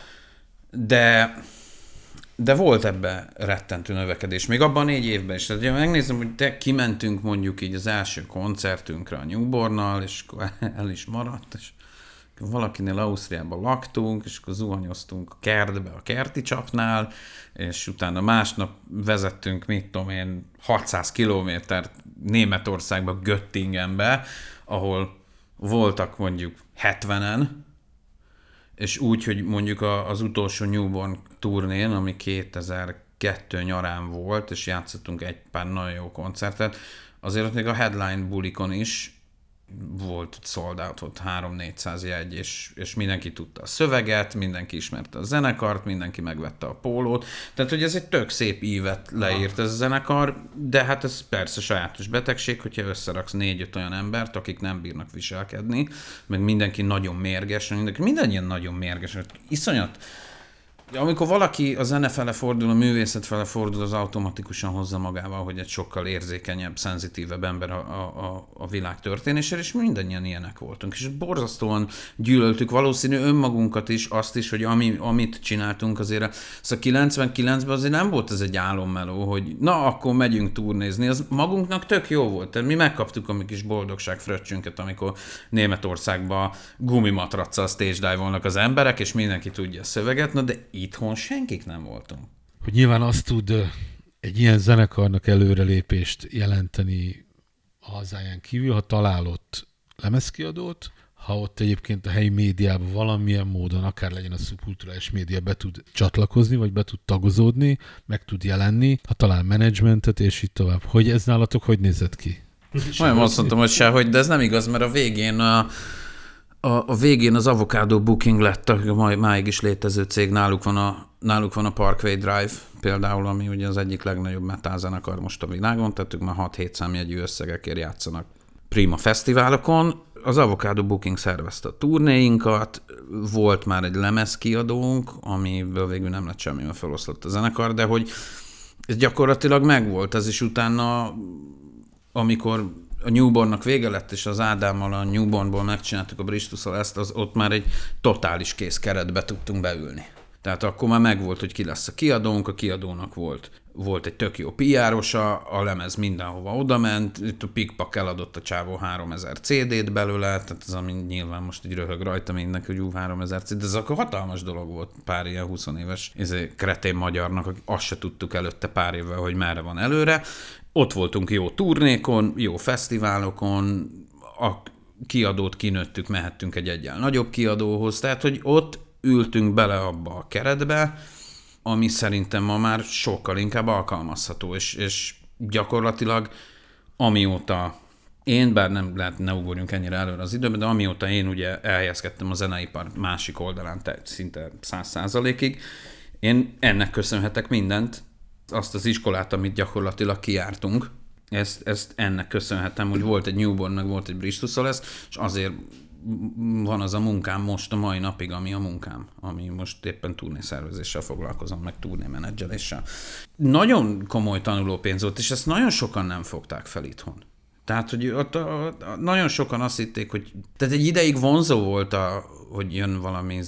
De volt ebbe rettentő növekedés, még abban 4 évben is. Tehát, ha megnézem, hogy kimentünk mondjuk így az első koncertünkre a Newbornnal, és el is maradt, és valakinél Ausztriában laktunk, és akkor zuhanyoztunk a kertbe, a kerti csapnál, és utána másnap vezettünk, 600 kilométert Németországba, Göttingenbe, ahol voltak mondjuk 70-en, és úgy, hogy mondjuk az utolsó Newborn turnén, ami 2002 nyarán volt, és játszottunk egy pár nagyon jó koncertet, azért ott még a headline bulikon is volt sold out, ott 300-400 jegy, és mindenki tudta a szöveget, mindenki ismerte a zenekart, mindenki megvette a pólót. Tehát, hogy ez egy tök szép ívet leírt ez a zenekar, de hát ez persze sajátos betegség, hogyha összeraksz 4-5 olyan embert, akik nem bírnak viselkedni, meg mindenki nagyon mérges, mindannyian nagyon mérges, iszonyat. Amikor valaki a zene fele fordul, a művészet fele fordul, az automatikusan hozza magával, hogy egy sokkal érzékenyebb, szenzitívebb ember a világ történésére, és mindannyian ilyenek voltunk. És borzasztóan gyűlöltük valószínű önmagunkat is, azt is, hogy amit csináltunk azért. Szóval 99-ben azért nem volt ez egy álommeló, hogy na, akkor megyünk turnézni. Az magunknak tök jó volt. Tehát mi megkaptuk a mi kis boldogság fröccsünket, amikor Németországban gumimatraccal stage dive-olnak az emberek, és mindenki tudja a szöveget, na de itthon senkik nem voltunk. Hogy nyilván azt tud egy ilyen zenekarnak előrelépést jelenteni a hazáján kívül, ha találott lemezkiadót, ha ott egyébként a helyi médiában valamilyen módon, akár legyen a szubkulturális média, be tud csatlakozni, vagy be tud tagozódni, meg tud jelenni, ha talál menedzsmentet, és így tovább. Hogy ez nálatok hogy nézett ki? Majdnem azt mondtam, hogy sehogy, de ez nem igaz, mert a végén a végén az Avocado Booking lett, a máig is létező cég, náluk van a Parkway Drive például, ami ugye az egyik legnagyobb metal zenekar most a világon, tehát ők már 6-7 számjegyű összegekért játszanak prima fesztiválokon. Az Avocado Booking szervezte a turnéinkat, volt már egy lemezkiadónk, amiből végül nem lett semmi, mert feloszlott a zenekar, de hogy ez gyakorlatilag megvolt, ez is utána, amikor a Newbornnak vége lett, és az Ádámmal a Newbornból megcsináltuk a Bristusszal ezt, ott már egy totális kész keretbe tudtunk beülni. Tehát akkor már megvolt, hogy ki lesz a kiadónk, a kiadónak volt egy tök jó PR-osa, a lemez mindenhova odament, itt a pikpak eladott a csávó 3000 CD-t belőle, tehát az, ami nyilván most így röhög rajta mindenki, hogy 3000 CD, de ez akkor hatalmas dolog volt pár ilyen 20 éves kretén magyarnak, akik azt se tudtuk előtte pár évvel, hogy merre van előre. Ott voltunk jó turnékon, jó fesztiválokon, a kiadót kinőttük, mehettünk egy egyen nagyobb kiadóhoz, tehát hogy ott ültünk bele abba a keretbe, ami szerintem ma már sokkal inkább alkalmazható, és gyakorlatilag amióta én, bár nem lehet, ne ugorjunk ennyire előre az időben, de amióta én ugye elhelyezkedtem a zeneipar másik oldalán szinte 100%-ig, én ennek köszönhetek mindent, azt az iskolát, amit gyakorlatilag kijártunk, ezt ennek köszönhetem, hogy volt egy Newborn, meg volt egy Bristusszal lesz, és azért van az a munkám most a mai napig, ami a munkám, ami most éppen turnészervezéssel foglalkozom, meg turnémenedzseléssel. Nagyon komoly tanulópénz volt, és ezt nagyon sokan nem fogták fel itthon. Tehát, hogy ott nagyon sokan azt hitték, hogy... Tehát egy ideig vonzó volt, hogy jön valami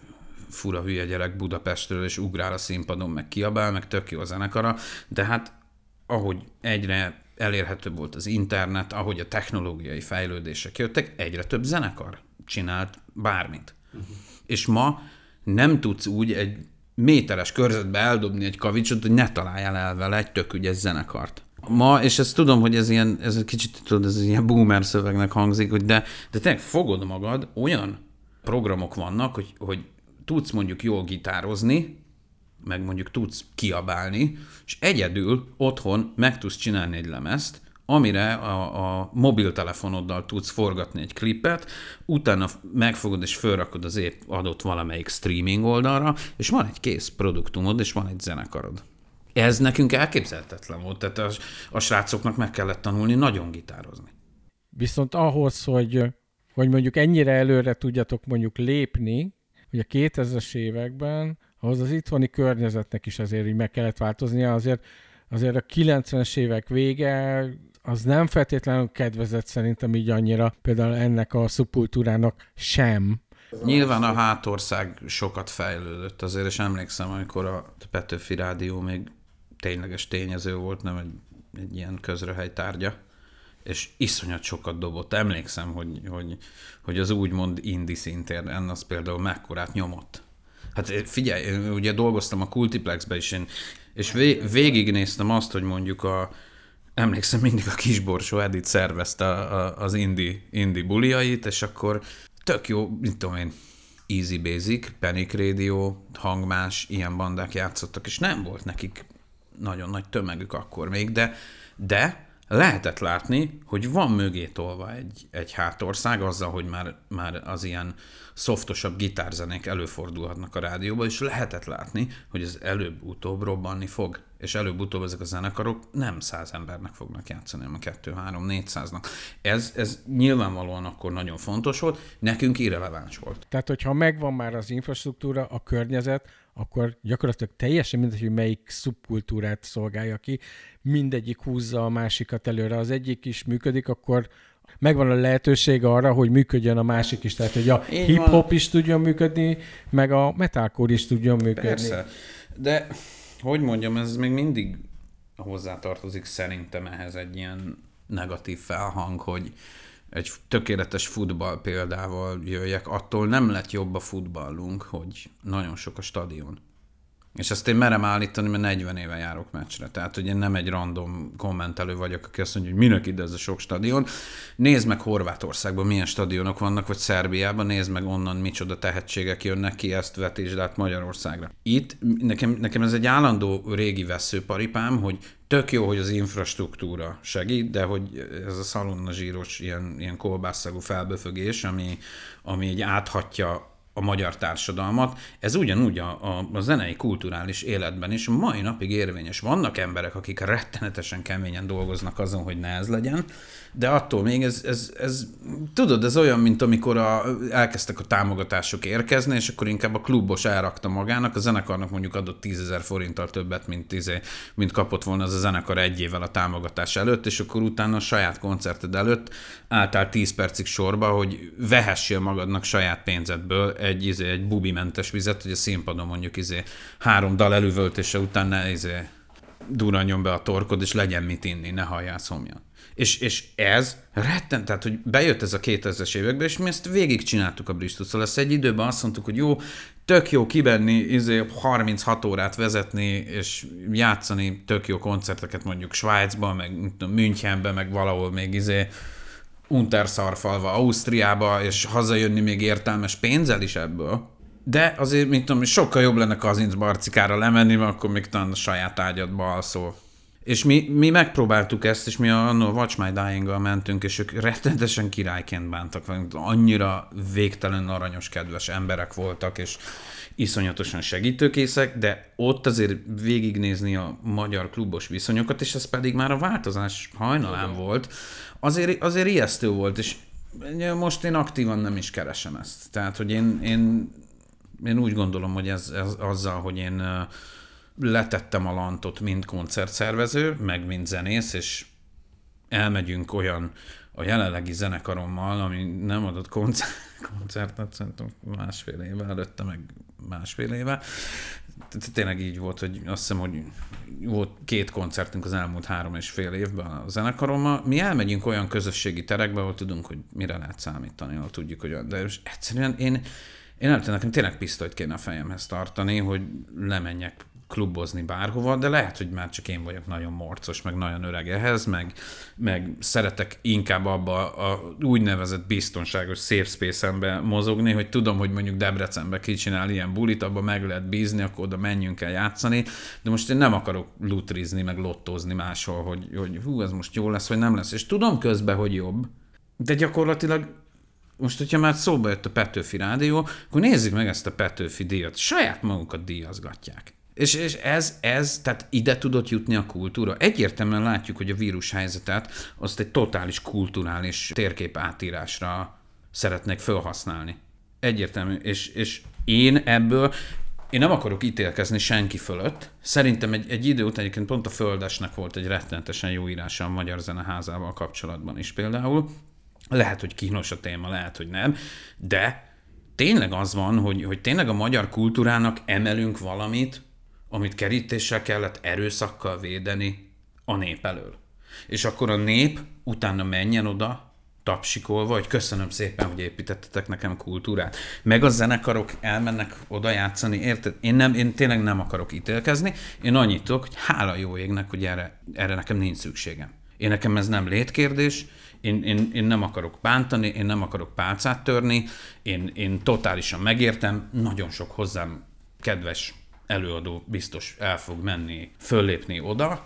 fura hülye gyerek Budapestről, és ugrál a színpadon, meg kiabál, meg tök jó a zenekara, de hát ahogy egyre elérhetőbb volt az internet, ahogy a technológiai fejlődések jöttek, egyre több zenekar csinált bármit. És ma nem tudsz úgy egy méteres körzetbe eldobni egy kavicsot, hogy ne találjál el vele egy tök ügyes zenekart. Ma, és ezt tudom, hogy ez kicsit tudod, ez ilyen boomer szövegnek hangzik, hogy de tényleg fogod magad, olyan programok vannak, hogy tudsz mondjuk jól gitározni, meg mondjuk tudsz kiabálni, és egyedül otthon meg tudsz csinálni egy lemezt, amire a mobiltelefonoddal tudsz forgatni egy klipet, utána megfogod és felrakod az épp adott valamelyik streaming oldalra, és van egy kész produktumod, és van egy zenekarod. Ez nekünk elképzelhetetlen volt, tehát a srácoknak meg kellett tanulni nagyon gitározni. Viszont ahhoz, hogy mondjuk ennyire előre tudjatok mondjuk lépni, hogy a 2000-es években ahhoz az itthoni környezetnek is azért így meg kellett változnia, azért a 90-es évek vége az nem feltétlenül kedvezett szerintem így annyira, például ennek a szubkultúrának sem. Nyilván a hátország sokat fejlődött azért, és emlékszem, amikor a Petőfi Rádió még tényleges tényező volt, nem egy ilyen közröhely tárgya, és iszonyat sokat dobott. Emlékszem, hogy az úgymond indie szintéren az például mekkorát nyomott. Hát figyelj, én ugye dolgoztam a Kultiplexbe is, és végignéztem azt, hogy mondjuk emlékszem mindig a Kisborsó Edith szervezte az indie buliait, és akkor tök jó, mit tudom én, Easy Basic, Panic Radio, Hangmás, ilyen bandák játszottak, és nem volt nekik nagyon nagy tömegük akkor még, de lehetett látni, hogy van mögé tolva egy hátország azzal, hogy már az ilyen szoftosabb gitárzenék előfordulhatnak a rádióban, és lehetett látni, hogy ez előbb-utóbb robbanni fog, és előbb-utóbb ezek a zenekarok nem 100 embernek fognak játszani, hanem 200-300-400-nak. Ez nyilvánvalóan akkor nagyon fontos volt, nekünk irreleváns volt. Tehát, hogyha megvan már az infrastruktúra, a környezet, akkor gyakorlatilag teljesen mindegy, hogy melyik szubkultúrát szolgálja ki, mindegyik húzza a másikat előre. Az egyik is működik, akkor megvan a lehetőség arra, hogy működjön a másik is. Tehát, hogy a hip-hop is tudjon működni, meg a metalcore is tudjon működni. Persze, de hogy mondjam, ez még mindig hozzátartozik szerintem ehhez egy ilyen negatív felhang, hogy egy tökéletes futball példával jöjjek, attól nem lett jobb a futballunk, hogy nagyon sok a stadion. És ezt én merem állítani, mert 40 éve járok meccsre. Tehát, hogy én nem egy random kommentelő vagyok, aki azt mondja, hogy minek ide ez a sok stadion. Nézd meg Horvátországban milyen stadionok vannak, vagy Szerbiában, nézd meg onnan micsoda tehetségek jönnek ki, ezt vetítsd át Magyarországra. Itt nekem ez egy állandó régi vesszőparipám, hogy tök jó, hogy az infrastruktúra segít, de hogy ez a szalonna zsíros ilyen kolbásszagú felböfögés, ami így áthatja a magyar társadalmat. Ez ugyanúgy a zenei kulturális életben is mai napig érvényes. Vannak emberek, akik rettenetesen keményen dolgoznak azon, hogy ne ez legyen, de attól még ez tudod, ez olyan, mint amikor elkezdtek a támogatások érkezni, és akkor inkább a klubos elrakta magának, a zenekarnak mondjuk adott 10 000 forinttal többet, mint kapott volna az a zenekar egy évvel a támogatás előtt, és akkor utána a saját koncerted előtt álltál 10 percig sorba, hogy vehessél magadnak saját pénzedből egy bubimentes vizet, hogy a színpadon mondjuk 3 dal elüvöltése után ne duranjon be a torkod, és legyen mit inni, ne halljál szomjan. És ez tehát, hogy bejött ez a 2000-es években, és mi ezt végigcsináltuk a Bristusszal. Ezt egy időben azt mondtuk, hogy jó, tök jó kibenni, 36 órát vezetni, és játszani tök jó koncerteket mondjuk Svájcban, meg Münchenben, meg valahol még Unterszarfalva, Ausztriába, és hazajönni még értelmes pénzzel is ebből. De azért, mint tudom, sokkal jobb lenne Kazincbarcikára lemenni, mert akkor még talán a saját ágyadba alszol. És mi megpróbáltuk ezt, és mi a Watch My Dying-gal mentünk, és ők rettenetesen királyként bántak velünk. Annyira végtelen aranyos, kedves emberek voltak, és iszonyatosan segítőkészek, de ott azért végignézni a magyar klubos viszonyokat, és ez pedig már a változás hajnalán volt, azért ijesztő volt, és most én aktívan nem is keresem ezt. Tehát, hogy én úgy gondolom, hogy ez azzal, hogy én letettem a lantot, mint koncertszervező, meg mint zenész, és elmegyünk olyan a jelenlegi zenekarommal, ami nem adott koncertet, szerintem másfél éve, előtte meg másfél éve. Tényleg így volt, hogy azt hiszem, hogy volt 2 koncertünk az elmúlt 3,5 évben a zenekarommal. Mi elmegyünk olyan közösségi terekbe, ahol tudunk, hogy mire lehet számítani, ahol tudjuk, hogy de egyszerűen én nekem tényleg pisztolyt kéne a fejemhez tartani, hogy lemenjek klubozni bárhova, de lehet, hogy már csak én vagyok nagyon morcos, meg nagyon öreg ehhez, meg szeretek inkább abba a úgynevezett biztonságos safe space-embe mozogni, hogy tudom, hogy mondjuk Debrecenbe kicsinál ilyen bulit, abba meg lehet bízni, akkor oda menjünk el játszani, de most én nem akarok lutrizni, meg lottózni máshol, hogy hú, ez most jó lesz, vagy nem lesz. És tudom közben, hogy jobb, de gyakorlatilag most, hogyha már szóba jött a Petőfi Rádió, akkor nézzük meg ezt a Petőfi díjat. Saját magukat díjazgatják. És ez, tehát ide tudott jutni a kultúra. Egyértelműen látjuk, hogy a vírushelyzetet azt egy totális kulturális térkép átírásra szeretnék felhasználni. Egyértelmű. És én nem akarok ítélkezni senki fölött. Szerintem egy idő után egyébként pont a Földesnek volt egy rettenetesen jó írása a Magyar Zeneházával kapcsolatban is például. Lehet, hogy kínos a téma, lehet, hogy nem, de tényleg az van, hogy tényleg a magyar kultúrának emelünk valamit, amit kerítéssel kellett erőszakkal védeni a nép elől. És akkor a nép utána menjen oda, tapsikolva, hogy köszönöm szépen, hogy építettetek nekem kultúrát. Meg a zenekarok elmennek oda játszani, érted? Én tényleg nem akarok ítélkezni, én annyit tudok, hogy hála jó égnek, hogy erre nekem nincs szükségem. Nekem ez nem létkérdés, én nem akarok bántani, én nem akarok pálcát törni, én totálisan megértem, nagyon sok hozzám kedves előadó biztos el fog menni, föllépni oda,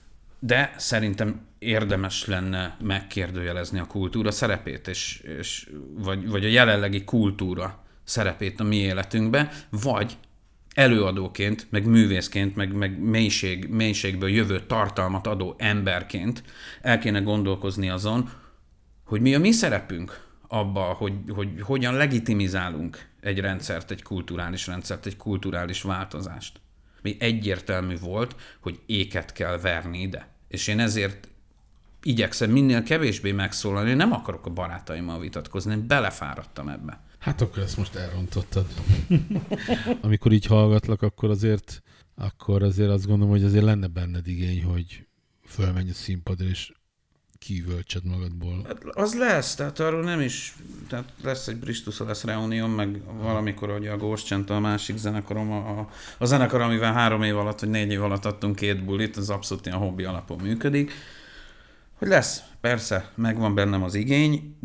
de szerintem érdemes lenne megkérdőjelezni a kultúra szerepét, vagy a jelenlegi kultúra szerepét a mi életünkbe, vagy előadóként, meg művészként, meg mélységből jövő tartalmat adó emberként el kéne gondolkozni azon, hogy mi a mi szerepünk abba, hogy hogyan legitimizálunk egy rendszert, egy kulturális rendszert, egy kulturális változást. Mi egyértelmű volt, hogy éket kell verni ide. És én ezért igyekszem minél kevésbé megszólalni, nem akarok a barátaimmal vitatkozni, én belefáradtam ebbe. Hát akkor ezt most elrontottad. Amikor így hallgatlak, akkor azért azt gondolom, hogy azért lenne benned igény, hogy fölmenj a színpadra, és kívülcsed magadból. Hát az lesz, tehát arról nem is, tehát lesz egy Bristusszal, lesz Reunion, meg valamikor, hogy a Góscsenta, a másik zenekarom, a zenekar, amivel 3 év alatt, vagy 4 év alatt adtunk 2 bulit, az abszolút ilyen hobbi alapon működik. Hogy lesz, persze, megvan bennem az igény,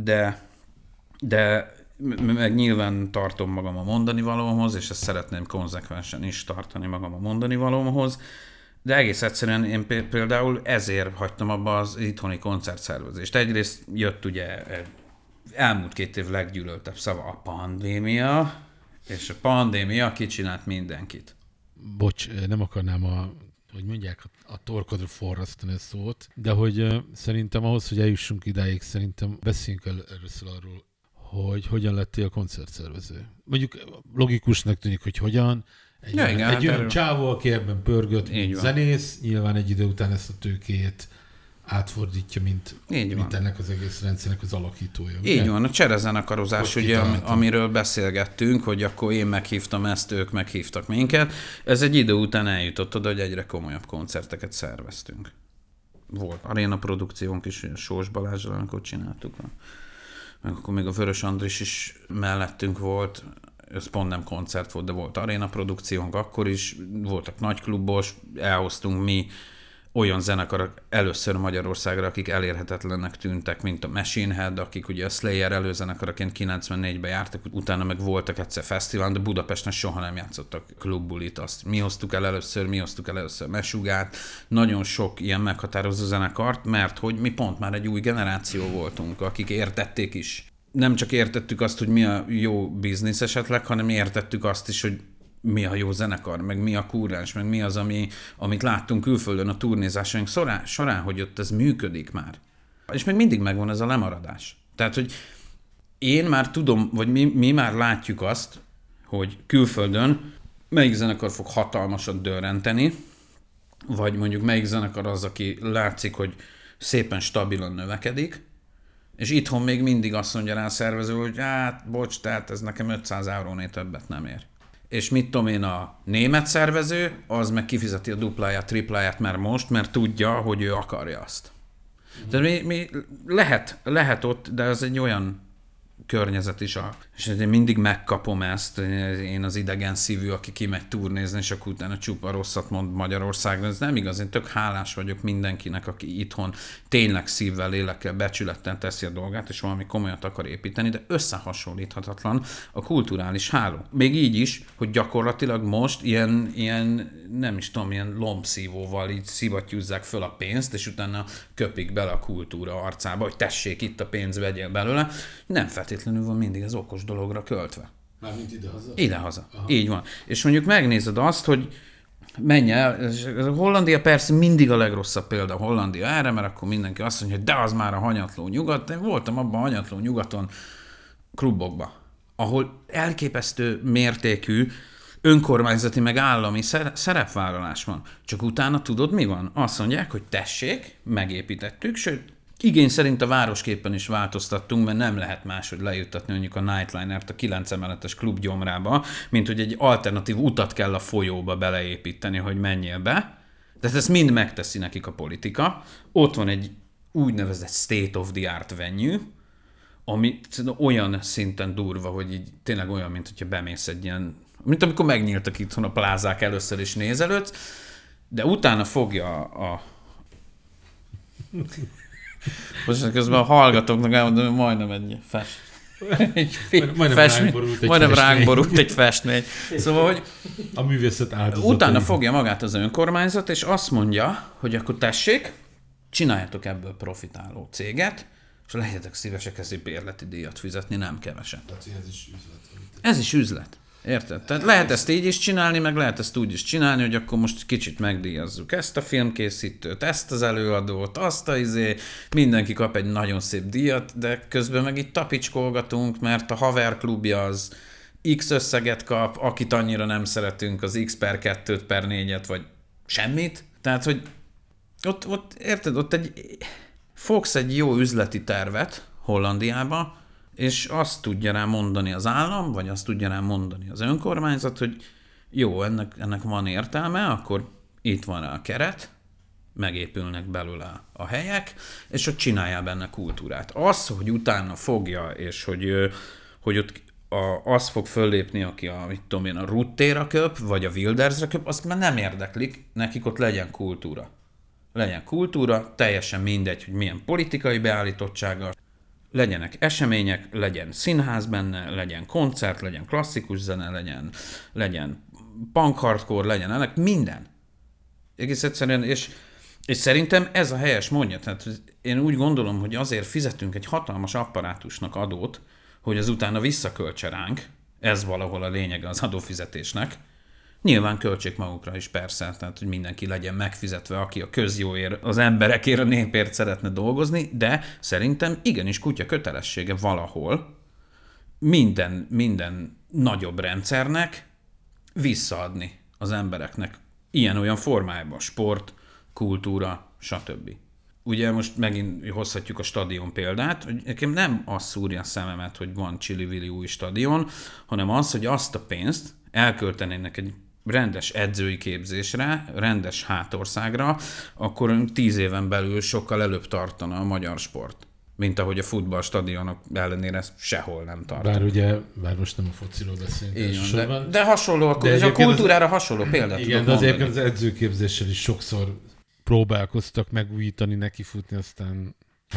de meg nyilván tartom magam a mondani valóhoz, és ezt szeretném konzekvensen is tartani magam a mondani valóhoz, de egész egyszerűen én például ezért hagytam abba az itthoni koncertszervezést. Egyrészt jött ugye elmúlt 2 év leggyűlöltebb szava, a pandémia, És a pandémia kicsinált mindenkit. Bocs, nem akarnám hogy mondják, a torkodra forrasztani a szót, de hogy szerintem ahhoz, hogy eljussunk idáig, szerintem beszéljünk először arról, hogy hogyan lettél koncertszervező. Mondjuk logikusnak tűnik, hogy hogyan. Egy olyan csávó, aki ebben pörgött, mint zenész, nyilván egy idő után ezt a tőkét átfordítja, mint ennek az egész rendszernek az alakítója. Így van, a cserezenekarozás, ugye, amiről beszélgettünk, hogy akkor én meghívtam ezt, ők meghívtak minket. Ez egy idő után eljutott oda, hogy egyre komolyabb koncerteket szerveztünk. Volt aréna produkciónk is, Sós Balázsral, amikor csináltuk. Meg akkor még a Vörös Andris is mellettünk volt, ez pont nem koncert volt, de volt aréna produkciónk, akkor is voltak nagyklubos, elhoztunk mi olyan zenekarok először Magyarországra, akik elérhetetlennek tűntek, mint a Machine Head, akik ugye a Slayer előzenekaraként 94-ben jártak, utána meg voltak egyszer fesztiválon, de Budapesten soha nem játszottak klubbulit. Azt mi hoztuk el először Mesugát, nagyon sok ilyen meghatározó zenekart, mert hogy mi pont már egy új generáció voltunk, akik értették is. Nem csak értettük azt, hogy mi a jó biznisz esetleg, hanem értettük azt is, hogy mi a jó zenekar, meg mi a kúrens, meg mi az, amit láttunk külföldön a turnézásaink során, hogy ott ez működik már. És még mindig megvan ez a lemaradás. Tehát, hogy én már tudom, vagy mi már látjuk azt, hogy külföldön melyik zenekar fog hatalmasat dörrenteni, vagy mondjuk melyik zenekar az, aki látszik, hogy szépen stabilan növekedik, és itthon még mindig azt mondja rá a szervező, hogy hát, bocs, tehát ez nekem 500 eurónél többet nem ér. És mit tudom én, a német szervező, az meg kifizeti a dupláját, tripláját már most, mert tudja, hogy ő akarja azt. Tehát mi lehet ott, de ez egy olyan környezet is. És én mindig megkapom ezt, én az idegen szívű, aki kimegy turnézni, és akkor utána csupa rosszat mond Magyarországon. Ez nem igaz, én tök hálás vagyok mindenkinek, aki itthon tényleg szívvel, lélekkel, becsülettel teszi a dolgát, és valami komolyat akar építeni, de összehasonlíthatatlan a kulturális háló. Még így is, hogy gyakorlatilag most ilyen nem is tudom, ilyen lombszívóval így szivattyúzzák föl a pénzt, és utána köpik bele a kultúra arcába, hogy tessék, itt a pénz, vegyél belőle. Nem feltétlenül van mindig az okos dologra költve. Mármint idehaza? Idehaza. Így van. És mondjuk megnézed azt, hogy menj el, Hollandia persze mindig a legrosszabb példa, Hollandia erre, mert akkor mindenki azt mondja, hogy de az már a hanyatló nyugat. Én voltam abban a hanyatló nyugaton klubokban, ahol elképesztő mértékű önkormányzati meg állami szerepvállalás van. Csak utána tudod, mi van? Azt mondják, hogy tessék, megépítettük, sőt, igény szerint a városképpen is változtattunk, mert nem lehet máshogy lejuttatni mondjuk a Nightliner-t a 9 emeletes klubgyomrába, mint hogy egy alternatív utat kell a folyóba beleépíteni, hogy menjél be. Tehát ezt mind megteszi nekik a politika. Ott van egy úgynevezett state of the art venue, ami olyan szinten durva, hogy így tényleg olyan, mint hogyha bemész egy ilyen, mint amikor megnyíltak itthon a plázák először is nézelőtt, de utána fogja a most közben a hallgatóknak elmondom, hogy majdnem egy majdnem ránk borult egy festmény. Szóval, hogy a művészet áldozatai. Utána fogja magát az önkormányzat, és azt mondja, hogy akkor tessék, csináljátok ebből profitáló céget, és legyetek szívesek ezért bérleti díjat fizetni, nem keveset. Tehát ez is üzlet. Ez is üzlet. Érted? Tehát lehet ezt így is csinálni, meg lehet ezt úgy is csinálni, hogy akkor most kicsit megdíjazzuk ezt a filmkészítőt, ezt az előadót, azt a mindenki kap egy nagyon szép díjat, de közben meg itt tapicskolgatunk, mert a haverklubja az X összeget kap, akit annyira nem szeretünk, az X per 2-t per 4-et, vagy semmit. Tehát, hogy ott érted, ott fogsz egy jó üzleti tervet Hollandiába, és azt tudja rá mondani az állam, vagy azt tudja rá mondani az önkormányzat, hogy jó, ennek van értelme, akkor itt van rá a keret, megépülnek belőle a helyek, és ott csináljál benne kultúrát. Az, hogy utána fogja, és hogy ott az fog föllépni, aki a Ruttéra köp, vagy a Wildersre köp, azt már nem érdeklik, nekik ott legyen kultúra. Legyen kultúra, teljesen mindegy, hogy milyen politikai beállítottsága, legyenek események, legyen színház benne, legyen koncert, legyen klasszikus zene, legyen punk hardcore, legyen ennek minden. Egész egyszerűen, és szerintem ez a helyes mondja. Tehát én úgy gondolom, hogy azért fizetünk egy hatalmas apparátusnak adót, hogy az utána visszaköltse ránk, Ez valahol a lényege az adófizetésnek. Nyilván költsék magukra is persze, tehát hogy mindenki legyen megfizetve, aki a közjóért, az emberekért, a népért szeretne dolgozni, de szerintem igenis kutya kötelessége valahol minden nagyobb rendszernek visszaadni az embereknek ilyen-olyan formájában, sport, kultúra, stb. Ugye most megint hozhatjuk a stadion példát, hogy nekem nem az szúrja a szememet, hogy van csili-vili új stadion, hanem az, hogy azt a pénzt elköltenének egy rendes edzői képzésre, rendes hátországra, akkor 10 éven belül sokkal előbb tartana a magyar sport, mint ahogy a futballstadionok ellenére sehol nem tart. Bár most nem a fociról beszélünk. De hasonló, és a kultúrára hasonló példát igen, de azért az edzőképzéssel is sokszor próbálkoztak megújítani, nekifutni, aztán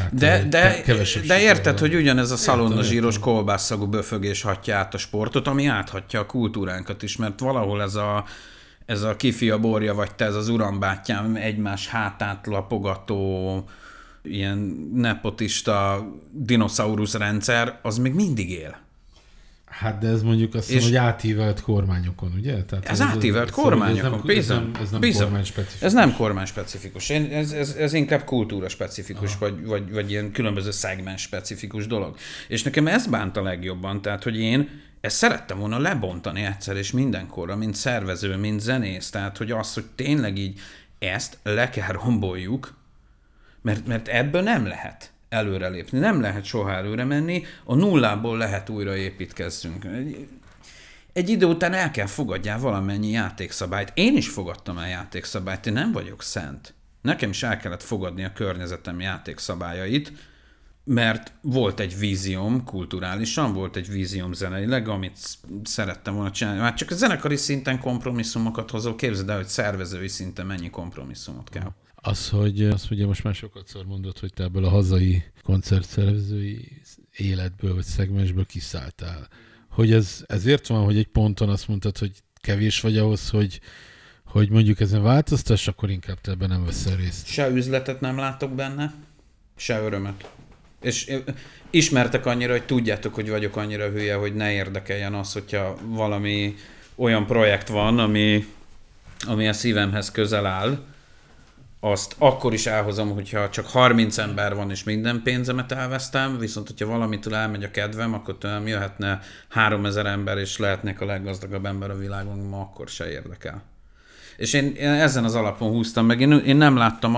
de érted, hogy ugyanez a szalonnazsíros kolbásszagú böfögés hatja át a sportot, ami áthatja a kultúránkat is, mert valahol ez a kifia borja, vagy te ez az urambátyám egymás hátát lapogató, ilyen nepotista dinoszaurusz rendszer, az még mindig él. Hát de ez mondjuk azt mondom, hogy átívelt kormányokon, ugye? Tehát ez átívelt kormányokon, ez nem kormányspecifikus. Ez nem kormányspecifikus. Ez inkább kultúra specifikus, vagy ilyen különböző szegmens specifikus dolog. És nekem ez bánt a legjobban, tehát hogy én ezt szerettem volna lebontani egyszer és mindenkorra, mint szervező, mint zenész, tehát hogy az, hogy tényleg így ezt le kell romboljuk, mert ebből nem lehet előrelépni. Nem lehet soha előre menni, a nullából lehet újra építkezzünk. Egy idő után el kell fogadjál valamennyi játékszabályt. Én is fogadtam el játékszabályt, én nem vagyok szent. Nekem is el kellett fogadni a környezetem játékszabályait, mert volt egy vízióm kulturálisan, volt egy vízióm zeneileg, amit szerettem volna csinálni. Már csak a zenekari szinten kompromisszumokat hozol, képzeld el, hogy szervezői szinten mennyi kompromisszumot kell. Az, ugye most már sokatszor mondod, hogy te ebből a hazai koncertszervezői életből vagy szegmensből kiszálltál. Hogy ez ezért van, hogy egy ponton azt mondtad, hogy kevés vagy ahhoz, hogy mondjuk ezen változtass, akkor inkább te ebben nem veszel részt. Se üzletet nem látok benne, se örömet. És ismertek annyira, hogy tudjátok, hogy vagyok annyira hülye, hogy ne érdekeljen az, hogyha valami olyan projekt van, ami a szívemhez közel áll, azt akkor is elhozom, hogyha csak 30 ember van, és minden pénzemet elvesztem, viszont hogyha valamitől elmegy a kedvem, akkor tőlem jöhetne 3000 ember, és lehetnék a leggazdagabb ember a világon, ma akkor se érdekel. És én ezen az alapon húztam meg. Én nem láttam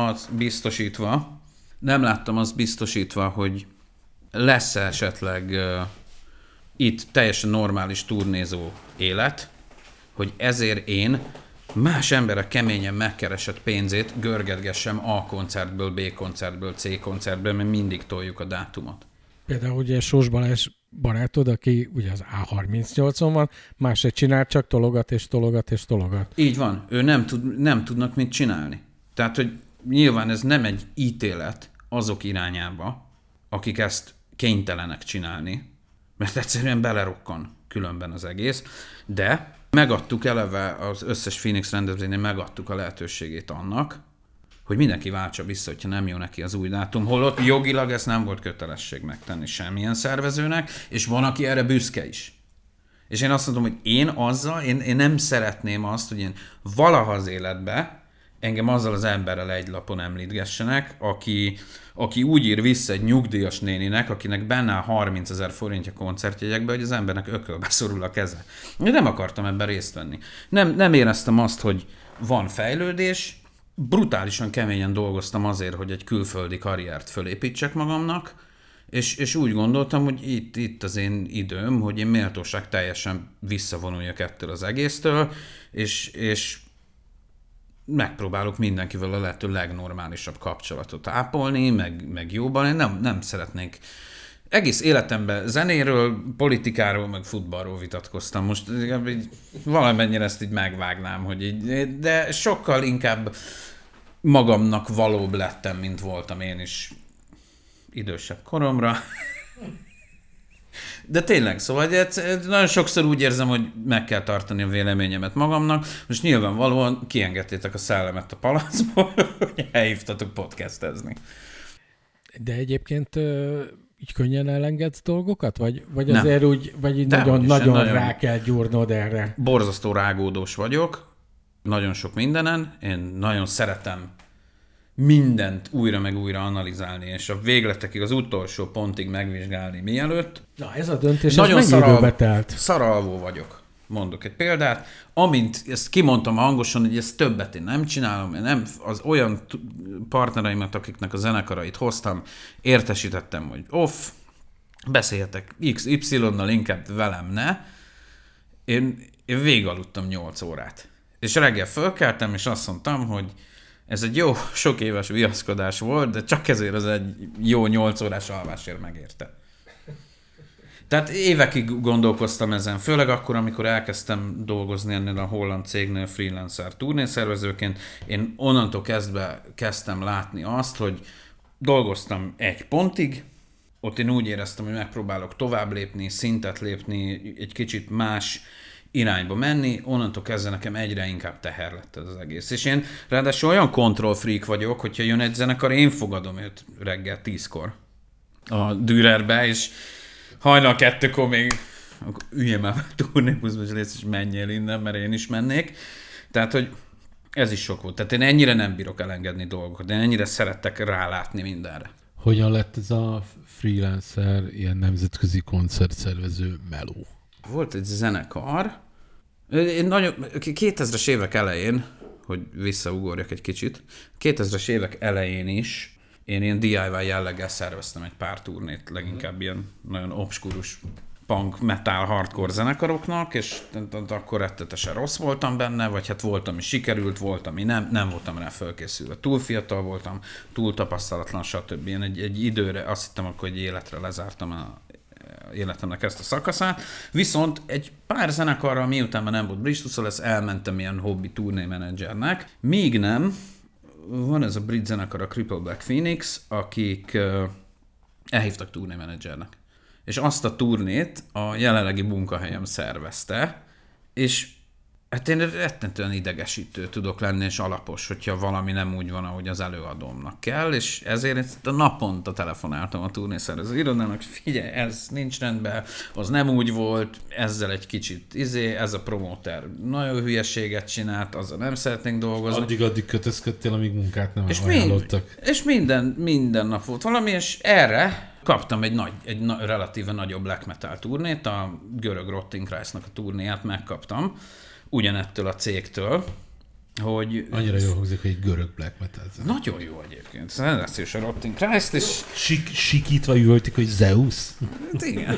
azt biztosítva, hogy lesz esetleg itt teljesen normális turnézó élet, hogy ezért én más emberek keményen megkeresett pénzét görgetgessem A koncertből, B koncertből, C koncertből, mert mindig toljuk a dátumot. Például ugye Sós Balázs barátod, aki ugye az A38-on van, más se csinál, csak tologat és tologat és tologat. Így van. Ő nem tudnak mit csinálni. Tehát, hogy nyilván ez nem egy ítélet azok irányába, akik ezt kénytelenek csinálni, mert egyszerűen belerokkan különben az egész, de megadtuk eleve az összes Phoenix rendezvényen, megadtuk a lehetőségét annak, hogy mindenki váltsa vissza, hogyha nem jó neki az új dátum, holott jogilag ezt nem volt kötelesség megtenni semmilyen szervezőnek, és van, aki erre büszke is. És én azt mondom, hogy én nem szeretném azt, hogy én valaha az életbe engem azzal az emberrel egy lapon említgessenek, aki úgy ír vissza egy nyugdíjas néninek, akinek benne 30 000 forintja koncertjegyekbe, hogy az embernek ökölbe szorul a keze. Én nem akartam ebben részt venni. Nem éreztem azt, hogy van fejlődés, brutálisan keményen dolgoztam azért, hogy egy külföldi karriert fölépítsek magamnak, és úgy gondoltam, hogy itt az én időm, hogy én méltóság teljesen visszavonuljak ettől az egésztől, és megpróbálok mindenkivel a lehető legnormálisabb kapcsolatot ápolni, meg jóban. Én nem szeretnék. Egész életemben zenéről, politikáról, meg futballról vitatkoztam. Most valamennyire ezt így megvágnám, hogy így, de sokkal inkább magamnak valóbb lettem, mint voltam én is idősebb koromra. De tényleg, szóval nagyon sokszor úgy érzem, hogy meg kell tartani a véleményemet magamnak. Most nyilvánvalóan kiengedtétek a szellemet a palacból, hogy elhívtatok podcastezni. De egyébként így könnyen elengedsz dolgokat? Vagy Nem. azért úgy, vagy így nagyon rá kell gyúrnod erre? Borzasztó rágódós vagyok, nagyon sok mindenen, én nagyon szeretem mindent újra meg újra analizálni, és a végletekig, az utolsó pontig megvizsgálni mielőtt. Na, ez a döntés, Nagyon ez mennyi időbe telt? szaralvó vagyok. Mondok egy példát. Amint ezt kimondtam hangosan, hogy ezt többet én nem csinálom, én nem, az olyan partnereimet, akiknek a zenekarait hoztam, értesítettem, hogy off, beszéljetek XY-nal, inkább velem ne. Én végigaludtam 8 órát. És reggel fölkeltem, és azt mondtam, hogy ez egy jó sok éves viaszkodás volt, de csak ezért az egy jó 8 órás alvásért megérte. Tehát évekig gondolkoztam ezen, főleg akkor, amikor elkezdtem dolgozni ennél a holland cégnél freelancer turnészervezőként, én onnantól kezdtem látni azt, hogy dolgoztam egy pontig, ott én úgy éreztem, hogy megpróbálok tovább lépni, szintet lépni, egy kicsit más irányba menni, onnantól kezdve nekem egyre inkább teher lett ez az egész. És én ráadásul olyan control freak vagyok, hogyha jön egy zenekar, én fogadom őt reggel 10-kor a Dürerbe, és hajnal 2-kor még üljem el a turnébuszba, és menjél innen, mert én is mennék. Tehát, hogy ez is sok volt. Tehát én ennyire nem bírok elengedni dolgokat, én ennyire szerettek rálátni mindenre. Hogyan lett ez a freelancer, ilyen nemzetközi koncertszervező meló? Volt egy zenekar, én nagyon, 2000-es évek elején, hogy visszaugorjak egy kicsit, 2000-es évek elején is én ilyen DIY jelleggel szerveztem egy pár turnét, leginkább ilyen nagyon obskurus punk, metal, hardcore zenekaroknak, és akkor rettetesen rossz voltam benne, vagy hát volt, ami sikerült, volt, ami nem voltam rá felkészülve. Túl fiatal voltam, túl tapasztalatlan, stb. Én egy időre azt hittem, akkor egy életre lezártam a életemnek ezt a szakaszát, viszont egy pár zenekarral miután már nem volt Bristuszol, ezt elmentem ilyen hobbi turnémenedzsernek, míg nem, van ez a brit zenekar, a Cripple Black Phoenix, akik elhívtak turnémenedzsernek. És azt a turnét a jelenlegi munkahelyem szervezte, és hát én rettentően idegesítő tudok lenni, és alapos, hogyha valami nem úgy van, ahogy az előadómnak kell, és ezért naponta telefonáltam a turnészervező irodának, hogy figyelj, ez nincs rendben, az nem úgy volt, ezzel egy kicsit ez a promóter nagyon hülyeséget csinált, azzal nem szeretnénk dolgozni. Addig kötözködtél, amíg munkát nem ajánlottak. És minden nap volt valami, és erre kaptam egy relatíve nagyobb black metal turnét, a görög Rotting Christnak a turnéját megkaptam, ugyanettől a cégtől, hogy... Annyira jól hangzik, hogy egy görög black metal. Nagyon jó egyébként. Szenzációs a Rotting Christ, és... Sikítva üvöltik, hogy Zeus? Hát igen.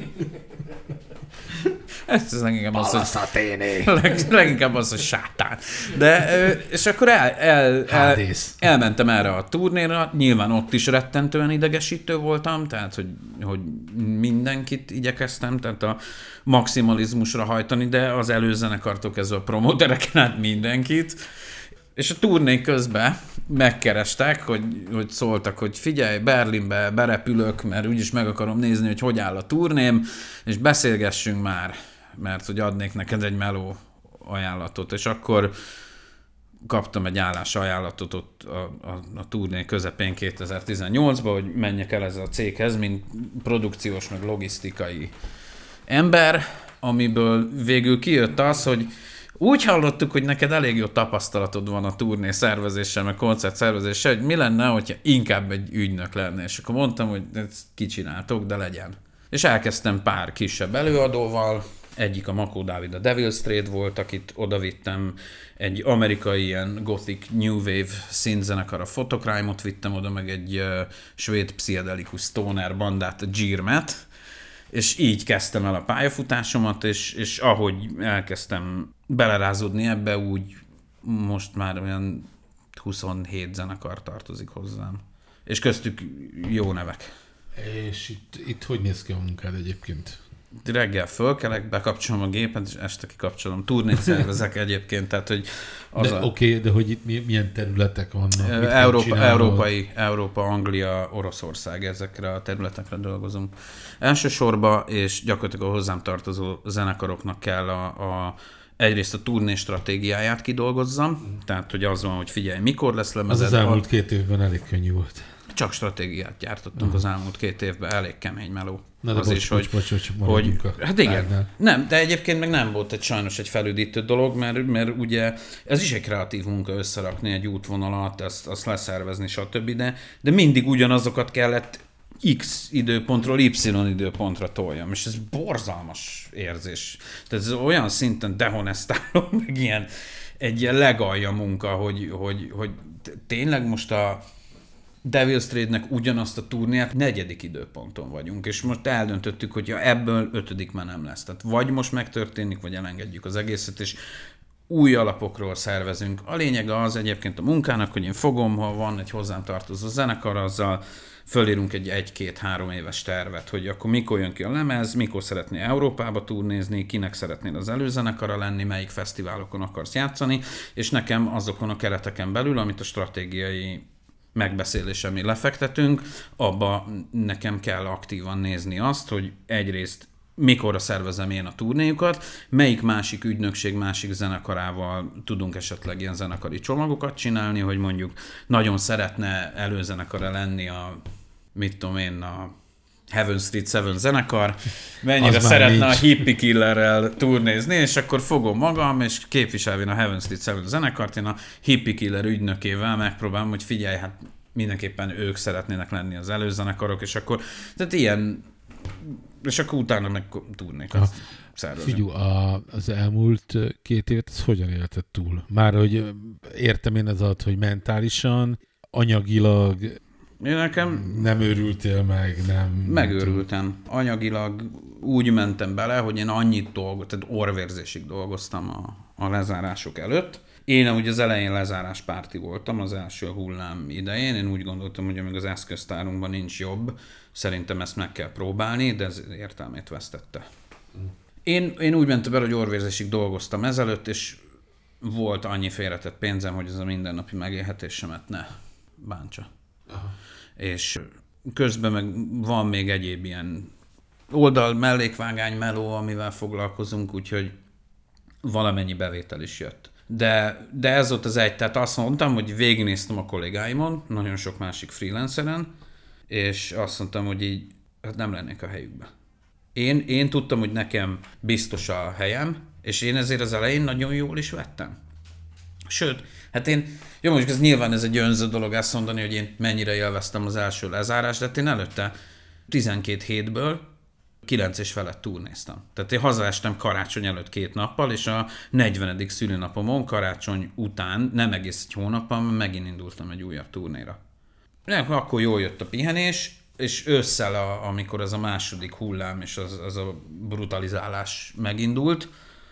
Ez leginkább az, hogy... leginkább az, hogy sátán. De, és akkor elmentem erre a turnéra, nyilván ott is rettentően idegesítő voltam, tehát, hogy mindenkit igyekeztem, tehát a maximalizmusra hajtani, de az előzenekartól kezdve a promótereken át mindenkit. És a turné közben megkerestek, hogy szóltak, hogy figyelj, Berlinbe berepülök, mert úgyis meg akarom nézni, hogy áll a turném, és beszélgessünk már, mert hogy adnék neked egy meló ajánlatot. És akkor kaptam egy állásajánlatot ott a turné közepén 2018-ban, hogy menjek el ezzel a céghez, mint produkciós, meg logisztikai ember, amiből végül kijött az, hogy úgy hallottuk, hogy neked elég jó tapasztalatod van a turné szervezéssel, meg koncert szervezéssel, hogy mi lenne, hogyha inkább egy ügynök lenne. És akkor mondtam, hogy ezt kicsináltok, de legyen. És elkezdtem pár kisebb előadóval, egyik a Makó Dávid a Devil's Trade volt, akit odavittem, egy amerikai ilyen gothic new wave színzenekar, a Photocrime-ot vittem oda, meg egy svéd pszichedelikus stoner bandát, a Gyirmet, és így kezdtem el a pályafutásomat, és ahogy elkezdtem belerázódni ebbe, úgy most már olyan 27 zenekar tartozik hozzám. És köztük jó nevek. És itt hogy néz ki a munkád egyébként? Reggel fölkelek, bekapcsolom a gépet, és este kikapcsolom. Turnét szervezek egyébként, tehát hogy az de hogy itt milyen területek vannak? Európa, Anglia, Oroszország, ezekre a területekre dolgozunk. Elsősorban, és gyakorlatilag a hozzám tartozó zenekaroknak kell egyrészt a turné stratégiáját kidolgozzam, tehát hogy az van, hogy figyelj, mikor lesz lemezed. Az elmúlt 2 évben elég könnyű volt. Csak stratégiát gyártottunk az elmúlt 2 évben, elég kemény meló. Na de az bocs, is, hogy hát igen, tárnál. nem, de egyébként meg nem volt sajnos egy felüdítő dolog, mert ugye ez is egy kreatív munka összerakni egy útvonalat, azt leszervezni, stb. De mindig ugyanazokat kellett X időpontról Y időpontra toljam, és ez borzalmas érzés. Tehát ez olyan szinten dehonestáló, meg egy ilyen legalja munka, hogy tényleg most a Devil's Trade-nek ugyanazt a turnéját 4. időponton vagyunk, és most eldöntöttük, hogy ebből 5. már nem lesz. Tehát vagy most megtörténik, vagy elengedjük az egészet, és új alapokról szervezünk. A lényeg az egyébként a munkának, hogy én fogom, ha van egy hozzám tartozó zenekar, azzal fölírunk egy 1-2-3 éves tervet, hogy akkor mikor jön ki a lemez, mikor szeretné Európába turnézni, kinek szeretnél az előzenekara lenni, melyik fesztiválokon akarsz játszani, és nekem azokon a kereteken belül, amit a stratégiai megbeszélésen mi lefektetünk, abba nekem kell aktívan nézni azt, hogy egyrészt mikorra szervezem én a turnéjukat, melyik másik ügynökség, másik zenekarával tudunk esetleg ilyen zenekari csomagokat csinálni, hogy mondjuk nagyon szeretne előzenekara lenni a Heaven Street 7 zenekar, mennyire szeretne a Hippie Killerrel turnézni, és akkor fogom magam, és képviselvén a Heaven Street 7 zenekart, én a Hippie Killer ügynökével megpróbálom, hogy figyelj, hát mindenképpen ők szeretnének lenni az előzenekarok, és akkor, tehát ilyen, és akkor utána meg turnékat szervezünk. Figyelj, az elmúlt 2 évet ez hogyan élted túl? Már, hogy értem én ez alatt, hogy mentálisan, anyagilag nem őrültél meg, nem... Megőrültem. Anyagilag úgy mentem bele, hogy én tehát orrvérzésig dolgoztam a lezárások előtt. Én amúgy az elején lezáráspárti voltam az első hullám idején. Én úgy gondoltam, hogy amíg az eszköztárunkban nincs jobb, szerintem ezt meg kell próbálni, de ez értelmét vesztette. Én úgy mentem bele, hogy orrvérzésig dolgoztam ezelőtt, és volt annyi félretett pénzem, hogy ez a mindennapi megélhetésemet ne bántsa. Aha. És közben meg van még egyéb ilyen oldal mellékvágány meló, amivel foglalkozunk, úgyhogy valamennyi bevétel is jött. De ez volt az egy, tehát azt mondtam, hogy végignéztem a kollégáimon, nagyon sok másik freelanceren, és azt mondtam, hogy így hát nem lennék a helyükben. Én tudtam, hogy nekem biztos a helyem, és én ezért az elején nagyon jól is vettem. Sőt, hát mondjuk ez nyilván ez egy önző dolog azt mondani, hogy én mennyire élveztem az első lezárást, de én előtte 12 hétből 9 és felett turnéztem. Tehát én hazaestem karácsony előtt 2 nappal, és a 40. szülinapomon karácsony után, nem egész egy hónappal, megint indultam egy újabb turnéra. Akkor jól jött a pihenés, és ősszel, amikor ez a második hullám és az a brutalizálás megindult,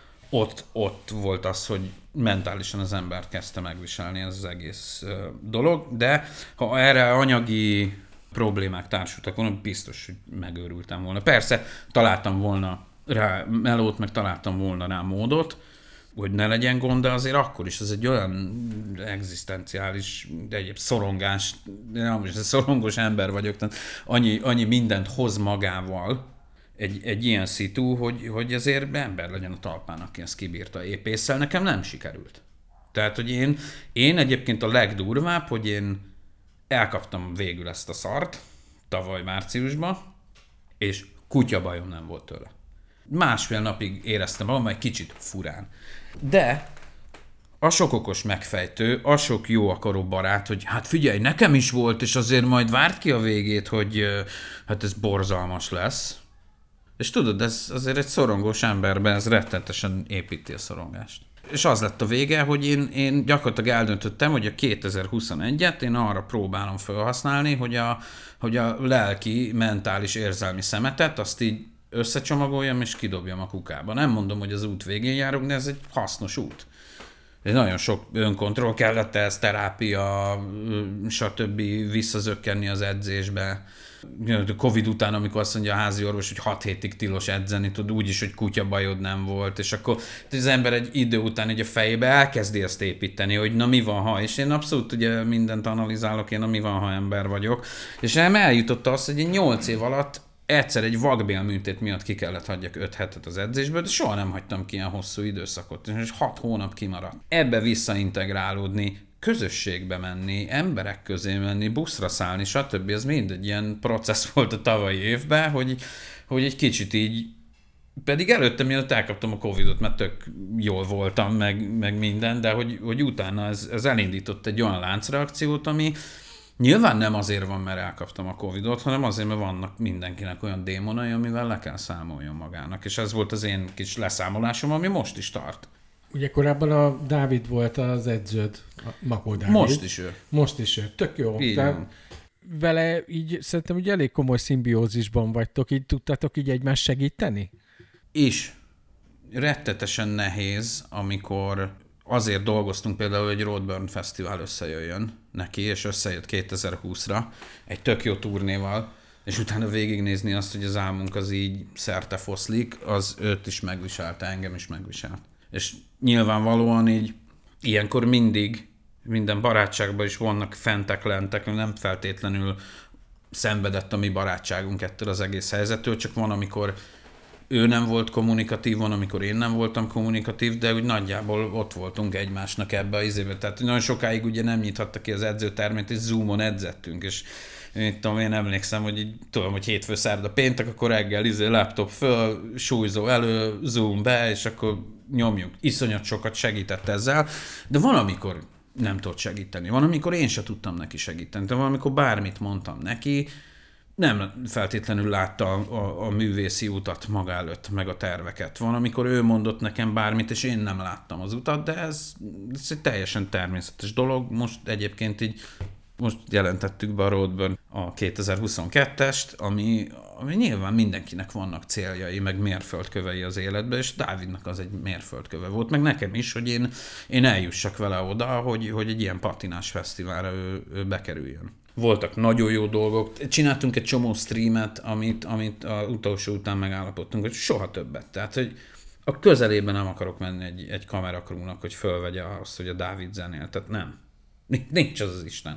ott volt az, hogy mentálisan az ember kezdte megviselni ez az egész dolog, de ha erre anyagi problémák társultak volna, biztos, hogy megőrültem volna. Persze, találtam volna rá melót, meg találtam volna rá módot, hogy ne legyen gond, de azért akkor is ez egy olyan egzisztenciális, de egyéb szorongás, nem is szorongós ember vagyok, tehát annyi mindent hoz magával egy ilyen szitu, hogy azért ember legyen a talpán, aki ezt kibírta épésszel. Nekem nem sikerült. Tehát, hogy én egyébként a legdurvább, hogy én elkaptam végül ezt a szart tavaly márciusban, és kutyabajom nem volt tőle. 1,5 napig éreztem magam egy kicsit furán. De a sok okos megfejtő, a sok jó akaró barát, hogy hát figyelj, nekem is volt, és azért majd várd ki a végét, hogy hát ez borzalmas lesz. És tudod, ez azért egy szorongós emberben, ez rettenetesen építi a szorongást. És az lett a vége, hogy én gyakorlatilag eldöntöttem, hogy a 2021-et én arra próbálom felhasználni, hogy a lelki, mentális, érzelmi szemetet azt így összecsomagoljam és kidobjam a kukába. Nem mondom, hogy az út végén járok, de ez egy hasznos út. Nagyon sok önkontroll kellett, ez terápia, stb. Visszazökkenni az edzésbe. Covid után, amikor azt mondja a házi orvos, hogy 6 hétig tilos edzeni, tud úgyis, hogy kutyabajod nem volt, és akkor az ember egy idő után így a fejébe elkezdi ezt építeni, hogy na mi van, ha, és én abszolút ugye mindent analizálok, én a mi van, ha ember vagyok, és eljutott az, hogy 8 év alatt egyszer egy vakbélműtét miatt ki kellett hagyjak 5 hetet az edzésből, de soha nem hagytam ki ilyen hosszú időszakot, és 6 hónap kimaradt. Ebbe visszaintegrálódni, közösségbe menni, emberek közé menni, buszra szállni, stb. Ez mind egy ilyen processz volt a tavalyi évben, hogy egy kicsit így, pedig előtte, mielőtt elkaptam a Covidot, mert tök jól voltam, meg minden, de hogy utána ez elindított egy olyan láncreakciót, ami nyilván nem azért van, mert elkaptam a Covidot, hanem azért, mert vannak mindenkinek olyan démonai, amivel le kell számoljon magának. És ez volt az én kis leszámolásom, ami most is tart. Ugye korábban a Dávid volt az edződ, a Makó Dávid. Most is ő. Tök jó. Vele így szerintem ugye elég komoly szimbiózisban vagytok, így tudtátok így egymást segíteni? És rettetesen nehéz, amikor azért dolgoztunk például, hogy Roadburn Fesztivál összejöjjön neki, és összejött 2020-ra egy tök jó turnéval, és utána végignézni azt, hogy az álmunk az így szerte foszlik, az őt is megviselte, engem is megviselt. És nyilvánvalóan így ilyenkor mindig, minden barátságban is vannak fentek-lentek, nem feltétlenül szenvedett a mi barátságunk ettől az egész helyzettől, csak van, amikor ő nem volt kommunikatív, van, amikor én nem voltam kommunikatív, de úgy nagyjából ott voltunk egymásnak ebbe az izébe. Tehát nagyon sokáig ugye nem nyithatta ki az edzőtermét, és Zoomon edzettünk, és én emlékszem, hogy így, tudom, hogy hétfő, szerda, péntek, akkor reggel laptop föl, súlyzó elő, Zoom be, és akkor nyomjuk. Iszonyat sokat segített ezzel, de van, amikor nem tudott segíteni. Van, amikor én se tudtam neki segíteni. De van, amikor bármit mondtam neki, nem feltétlenül látta a művészi utat maga előtt, meg a terveket. Van, amikor ő mondott nekem bármit, és én nem láttam az utat, de ez egy teljesen természetes dolog. Most egyébként így, most jelentettük be a Roadburn a 2022-est, ami nyilván mindenkinek vannak céljai, meg mérföldkövei az életben, és Dávidnak az egy mérföldköve volt, meg nekem is, hogy én eljussak vele oda, hogy egy ilyen patinás fesztiválra ő bekerüljön. Voltak nagyon jó dolgok. Csináltunk egy csomó streamet, amit a utolsó után megállapodtunk, hogy soha többet. Tehát, hogy a közelében nem akarok menni egy kamerakrúnak, hogy fölvegye azt, hogy a Dávid zenél. Tehát nem. Nincs az az Isten.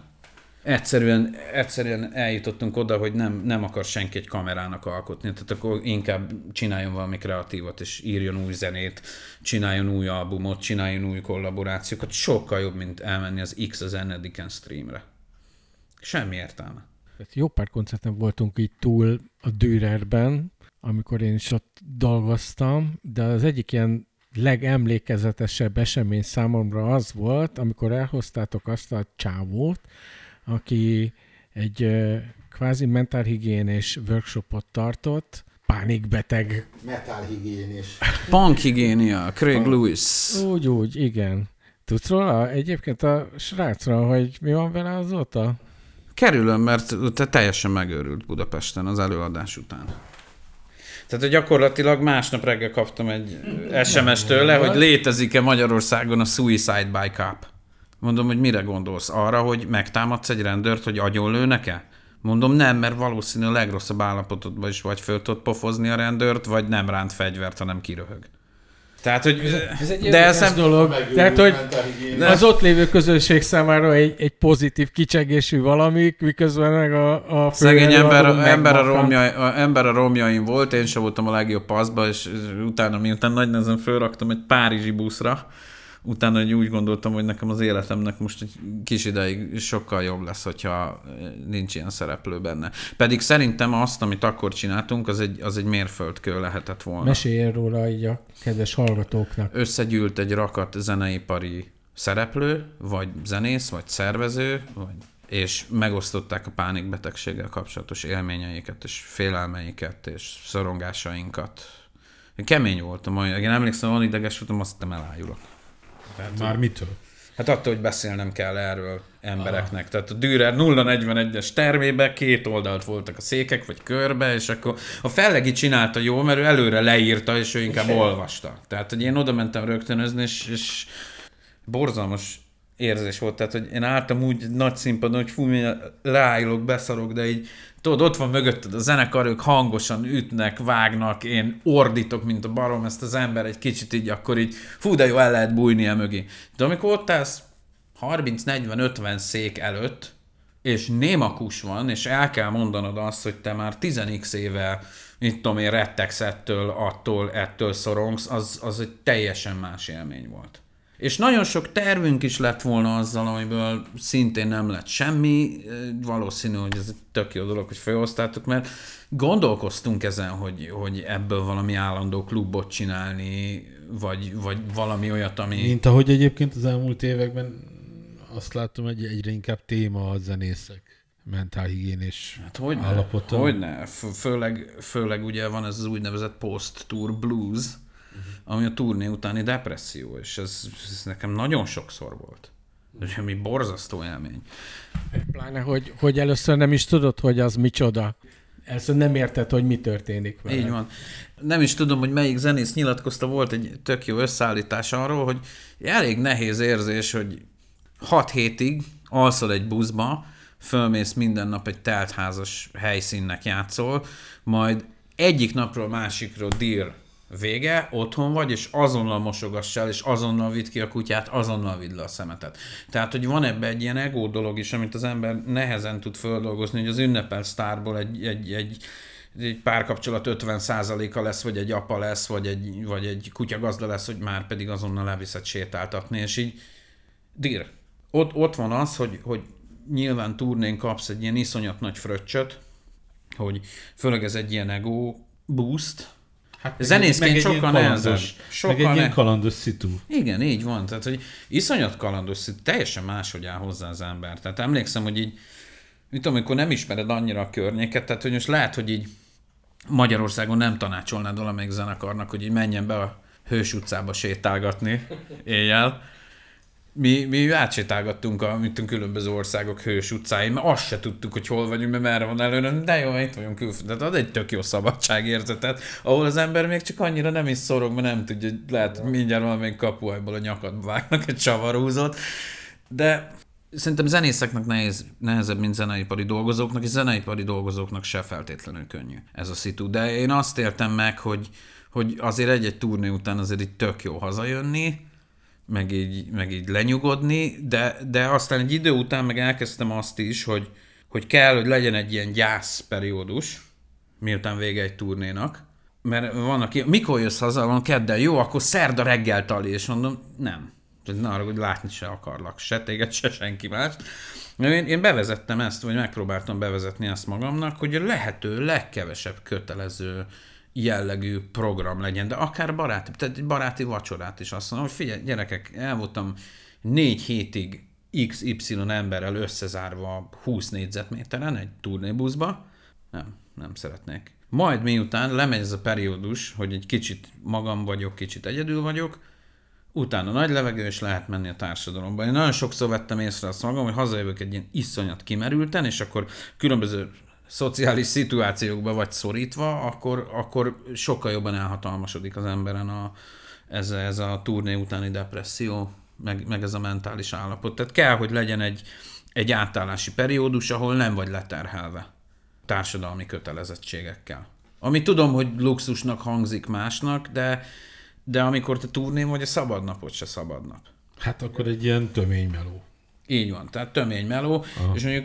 Egyszerűen eljutottunk oda, hogy nem akar senki egy kamerának alkotni, tehát akkor inkább csináljon valami kreatívat, és írjon új zenét, csináljon új albumot, csináljon új kollaborációkat. Sokkal jobb, mint elmenni az X az N-ediken streamre. Semmi értelme. Jó pár koncerten voltunk így túl a Dürerben, amikor én is ott dolgoztam, de az egyik ilyen legemlékezetesebb esemény számomra az volt, amikor elhoztátok azt a csávót, aki egy kvázi mentálhigiénés workshopot tartott, pánikbeteg. Metálhigiénés. Punkhigiénia, Craig Lewis. Úgy, igen. Tudsz róla egyébként a srácra, hogy mi van vele azóta? Kerülöm, mert te teljesen megőrült Budapesten az előadás után. Tehát, hogy gyakorlatilag másnap reggel kaptam egy SMS-t tőle, hogy létezik-e Magyarországon a Suicide by Cop. Mondom, hogy mire gondolsz? Arra, hogy megtámadsz egy rendőrt, hogy agyonlőnek-e? Mondom, nem, mert valószínű a legrosszabb állapotodban is vagy föl tudod pofozni a rendőrt, vagy nem ránt fegyvert, hanem kiröhög. Tehát, hogy... Ez egy érdekes dolog. Tehát, hogy az ott lévő közönség számára egy pozitív kicsengésű valami, miközben meg a szegény ember a romjaim volt, én sem voltam a legjobb paszba, és utána, miután nagy nehezen fölraktam egy párizsi buszra, utána úgy gondoltam, hogy nekem az életemnek most egy kis ideig sokkal jobb lesz, hogyha nincs ilyen szereplő benne. Pedig szerintem azt, amit akkor csináltunk, az egy mérföldkő lehetett volna. Mesélj róla így a kedves hallgatóknak. Összegyűlt egy rakat zeneipari szereplő, vagy zenész, vagy szervező, és megosztották a pánikbetegséggel kapcsolatos élményeiket, és félelmeiket, és szorongásainkat. Kemény voltam, én emlékszem, van ideges voltam, azt hittem elájulok. Már mitől? Hát attól, hogy beszélnem kell erről embereknek. Tehát a Dürer 041-es termébe 2 oldalt voltak a székek, vagy körbe, és akkor a Fellegi csinálta jól, mert ő előre leírta, és ő inkább olvasta. Tehát, hogy én oda mentem rögtönözni, és borzalmas érzés volt. Tehát, hogy én álltam úgy nagy színpadon, hogy fú, leállok, beszarok, de így tudod, ott van mögötted a zenekar, ők hangosan ütnek, vágnak, én ordítok, mint a barom, ezt az ember egy kicsit így, akkor így, fú, de jó, el lehet bújni mögé. De amikor ott állsz 30-40-50 szék előtt, és némakus van, és el kell mondanod azt, hogy te már 10x éve, mit tudom én, rettegsz ettől szorongsz, az egy teljesen más élmény volt. És nagyon sok tervünk is lett volna azzal, amiből szintén nem lett semmi. Valószínű, hogy ez egy tök jó dolog, hogy felhoztátok, mert gondolkoztunk ezen, hogy ebből valami állandó klubot csinálni, vagy valami olyat, ami... Mint ahogy egyébként az elmúlt években azt láttam, hogy egyre inkább téma a zenészek mentálhigiénés állapota. Hogyne. Főleg ugye van ez az úgynevezett post-tour blues, ami a turné utáni depresszió, és ez nekem nagyon sokszor volt. Ez semmi borzasztó élmény. Pláne, hogy először nem is tudod, hogy az micsoda. Először nem érted, hogy mi történik vele. Így van. Nem is tudom, hogy melyik zenész nyilatkozta, volt egy tök jó összeállítás arról, hogy elég nehéz érzés, hogy 6 hétig alszol egy buszba, fölmész minden nap egy teltházas helyszínnek játszol, majd egyik napról másikról vége, otthon vagy, és azonnal mosogassál, és azonnal vidd ki a kutyát, azonnal vidd le a szemetet. Tehát, hogy van ebbe egy ilyen ego dolog is, amit az ember nehezen tud földolgozni, hogy az ünnepelt sztárból egy párkapcsolat 50%-a lesz, vagy egy apa lesz, vagy egy kutyagazda lesz, hogy már pedig azonnal leviszed sétáltatni, és így Ott van az, hogy nyilván turnén kapsz egy ilyen iszonyat nagy fröccsöt, hogy főleg ez egy ilyen ego boost. Hát zenészként sokkal nehezebb. Meg egy ilyen kalandos szitu. Igen, így van. Tehát, hogy iszonyat kalandos szitu, teljesen máshogy áll hozzá az ember. Tehát emlékszem, hogy így, mit tudom, amikor nem ismered annyira a környéket, tehát hogy most lehet, hogy így Magyarországon nem tanácsolnád valamelyik zenekarnak, hogy így menjen be a Hős utcába sétálgatni éjjel. Mi átsétálgattunk a különböző országok Hős utcáin, mert azt se tudtuk, hogy hol vagyunk, mert merre van előre, de jó, itt vagyunk külföldön. Tehát az egy tök jó szabadságérzetet, ahol az ember még csak annyira nem is szorog, mert nem tudja, hogy lehet mindjárt valamelyik kapuajból a nyakadba vágnak egy csavarhúzót. De szerintem zenészeknek nehezebb, mint zeneipari dolgozóknak, és zeneipari dolgozóknak se feltétlenül könnyű ez a szitu. De én azt éltem meg, hogy azért egy-egy turné után azért így tök jó hazajönni, meg így lenyugodni, de aztán egy idő után meg elkezdtem azt is, hogy kell, hogy legyen egy ilyen gyászperiódus, miután vége egy turnénak, mert van, aki, mikor jössz haza, van keddel, jó, akkor szerda reggel tali, és mondom, nem. Na arra, hogy látni se akarlak, se téged, se senki más. Én bevezettem ezt, vagy megpróbáltam bevezetni ezt magamnak, hogy a lehető legkevesebb kötelező jellegű program legyen, de akár baráti, tehát egy baráti vacsorát is azt mondom, hogy figyelj, gyerekek, el voltam 4 hétig XY emberrel összezárva 20 négyzetméteren egy turnébuszba, nem szeretnék. Majd miután lemegy ez a periódus, hogy egy kicsit magam vagyok, kicsit egyedül vagyok, utána nagy levegő, és lehet menni a társadalomba. Én nagyon sokszor vettem észre azt magam, hogy hazajövök egy ilyen iszonyat kimerülten, és akkor különböző szociális szituációkba vagy szorítva, akkor sokkal jobban elhatalmasodik az emberen ez a turné utáni depresszió, meg ez a mentális állapot. Tehát kell, hogy legyen egy átállási periódus, ahol nem vagy leterhelve társadalmi kötelezettségekkel. Ami tudom, hogy luxusnak hangzik másnak, de amikor te turnén vagy, a szabadnapot se szabadnap. Hát akkor egy ilyen töménymeló. Így van, tehát töménymeló, és mondjuk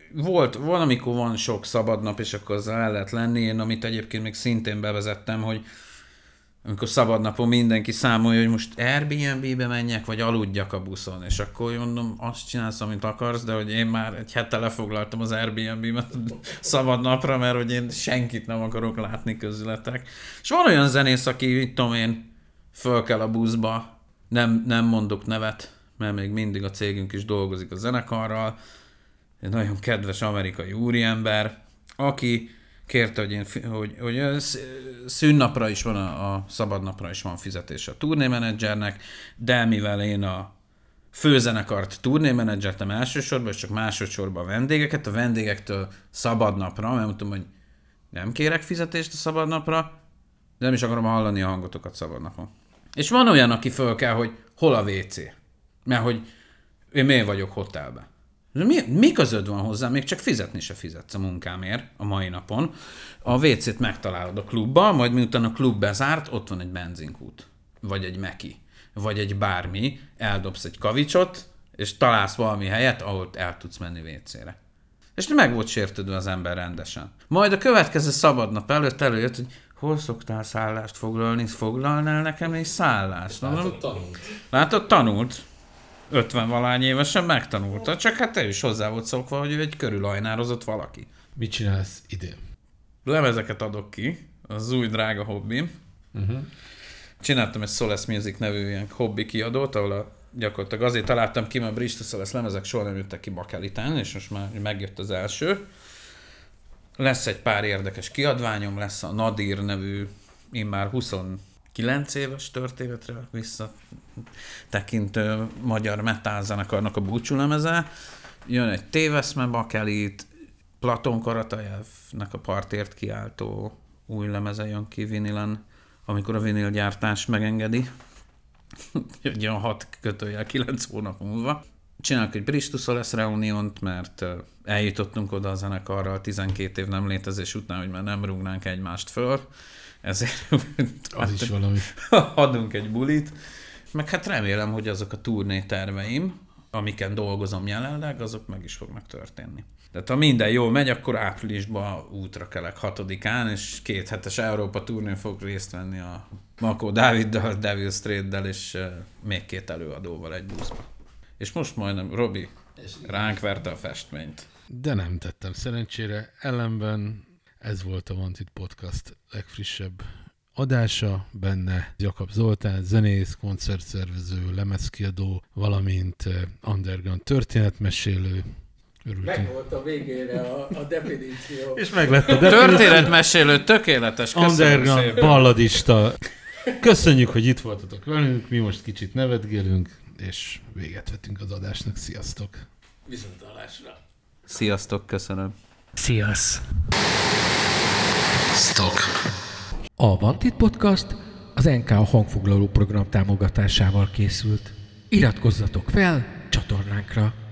van, amikor van sok szabadnap, és akkor azzal el lehet lenni. Én, amit egyébként még szintén bevezettem, hogy amikor szabadnapon mindenki számolja, hogy most Airbnb-be menjek, vagy aludjak a buszon, és akkor mondom, azt csinálsz, amit akarsz, de hogy én már egy hete lefoglaltam az Airbnb-met szabadnapra, mert hogy én senkit nem akarok látni közületek. És van olyan zenész, aki, mit tudom én, föl kell a buszba, nem mondok nevet, mert még mindig a cégünk is dolgozik a zenekarral, egy nagyon kedves amerikai úriember, aki kérte, hogy szünnapra is van, a szabadnapra is van fizetése a turnémenedzsernek, de mivel én a főzenekart turnémenedzsertem elsősorban, és csak másodszorban a vendégeket, a vendégektől szabadnapra, mert mondtam, hogy nem kérek fizetést a szabadnapra, de nem is akarom hallani a hangotokat szabadnapon. És van olyan, aki föl kell, hogy hol a WC, mert hogy én miért vagyok hotelben. Mi közöd van hozzá? Még csak fizetni se fizetsz a munkámért a mai napon. A WC-t megtalálod a klubba, majd miután a klub bezárt, ott van egy benzinkút, vagy egy meki, vagy egy bármi, eldobsz egy kavicsot, és találsz valami helyet, ahol el tudsz menni WC-re. És meg volt sértődve az ember rendesen. Majd a következő szabadnap előtt előjött, hogy hol szoktál szállást foglalni? Foglalnál nekem egy szállást? Látod, tanult. 50-valány évesen megtanulta, csak hát te is hozzá volt szokva, hogy ő egy körülajnározott valaki. Mit csinálsz idén? Lemezeket adok ki, az új drága hobbim. Csináltam egy Solace Music nevű ilyen hobbi kiadót, ahol gyakorlatilag azért találtam ki, mert Bristol Solace lemezek soha nem jöttek ki Bakelitán, és most már megjött az első. Lesz egy pár érdekes kiadványom, lesz a Nadir nevű, immár 29 éves történetre visszatekintő magyar metal zenekarnak a búcsúlemeze. Jön egy Téveszme Bakelit, Platon Karatajevnek a Partért kiáltó új lemeze jön ki vinilen, amikor a vinilgyártás megengedi. Jön 6-9 hónap múlva. Csinálok egy Bristol Solace reuniont, mert eljutottunk oda a zenekarral 12 év nem létezés után, hogy már nem rúgnánk egymást föl. Ezért Az is valami. adunk egy bulit. Meg hát remélem, hogy azok a turné terveim, amiken dolgozom jelenleg, azok meg is fognak történni. Tehát ha minden jól megy, akkor áprilisban útra kelek 6-án, és 2 hetes Európa turnén fog részt venni a Makó Dáviddal, Devil Straight-del, és még 2 előadóval egy buszba. És most majdnem Robi ránk verte a festményt. De nem tettem szerencsére. Ellenben ez volt a Wanted Podcast legfrissebb adása, benne Jakab Zoltán, zenész, koncertszervező, lemezkiadó, valamint underground történetmesélő. Örültünk. Meg volt a végére a definíció. És meg lett a definíció. Történetmesélő, tökéletes, köszönöm Underground, szépen. balladista. Köszönjük, hogy itt voltatok velünk, mi most kicsit nevetgélünk, és véget vetünk az adásnak. Sziasztok! Viszontlátásra. Sziasztok, köszönöm. Sziasz! A Wanted Podcast az NK hangfoglaló program támogatásával készült. Iratkozzatok fel csatornánkra!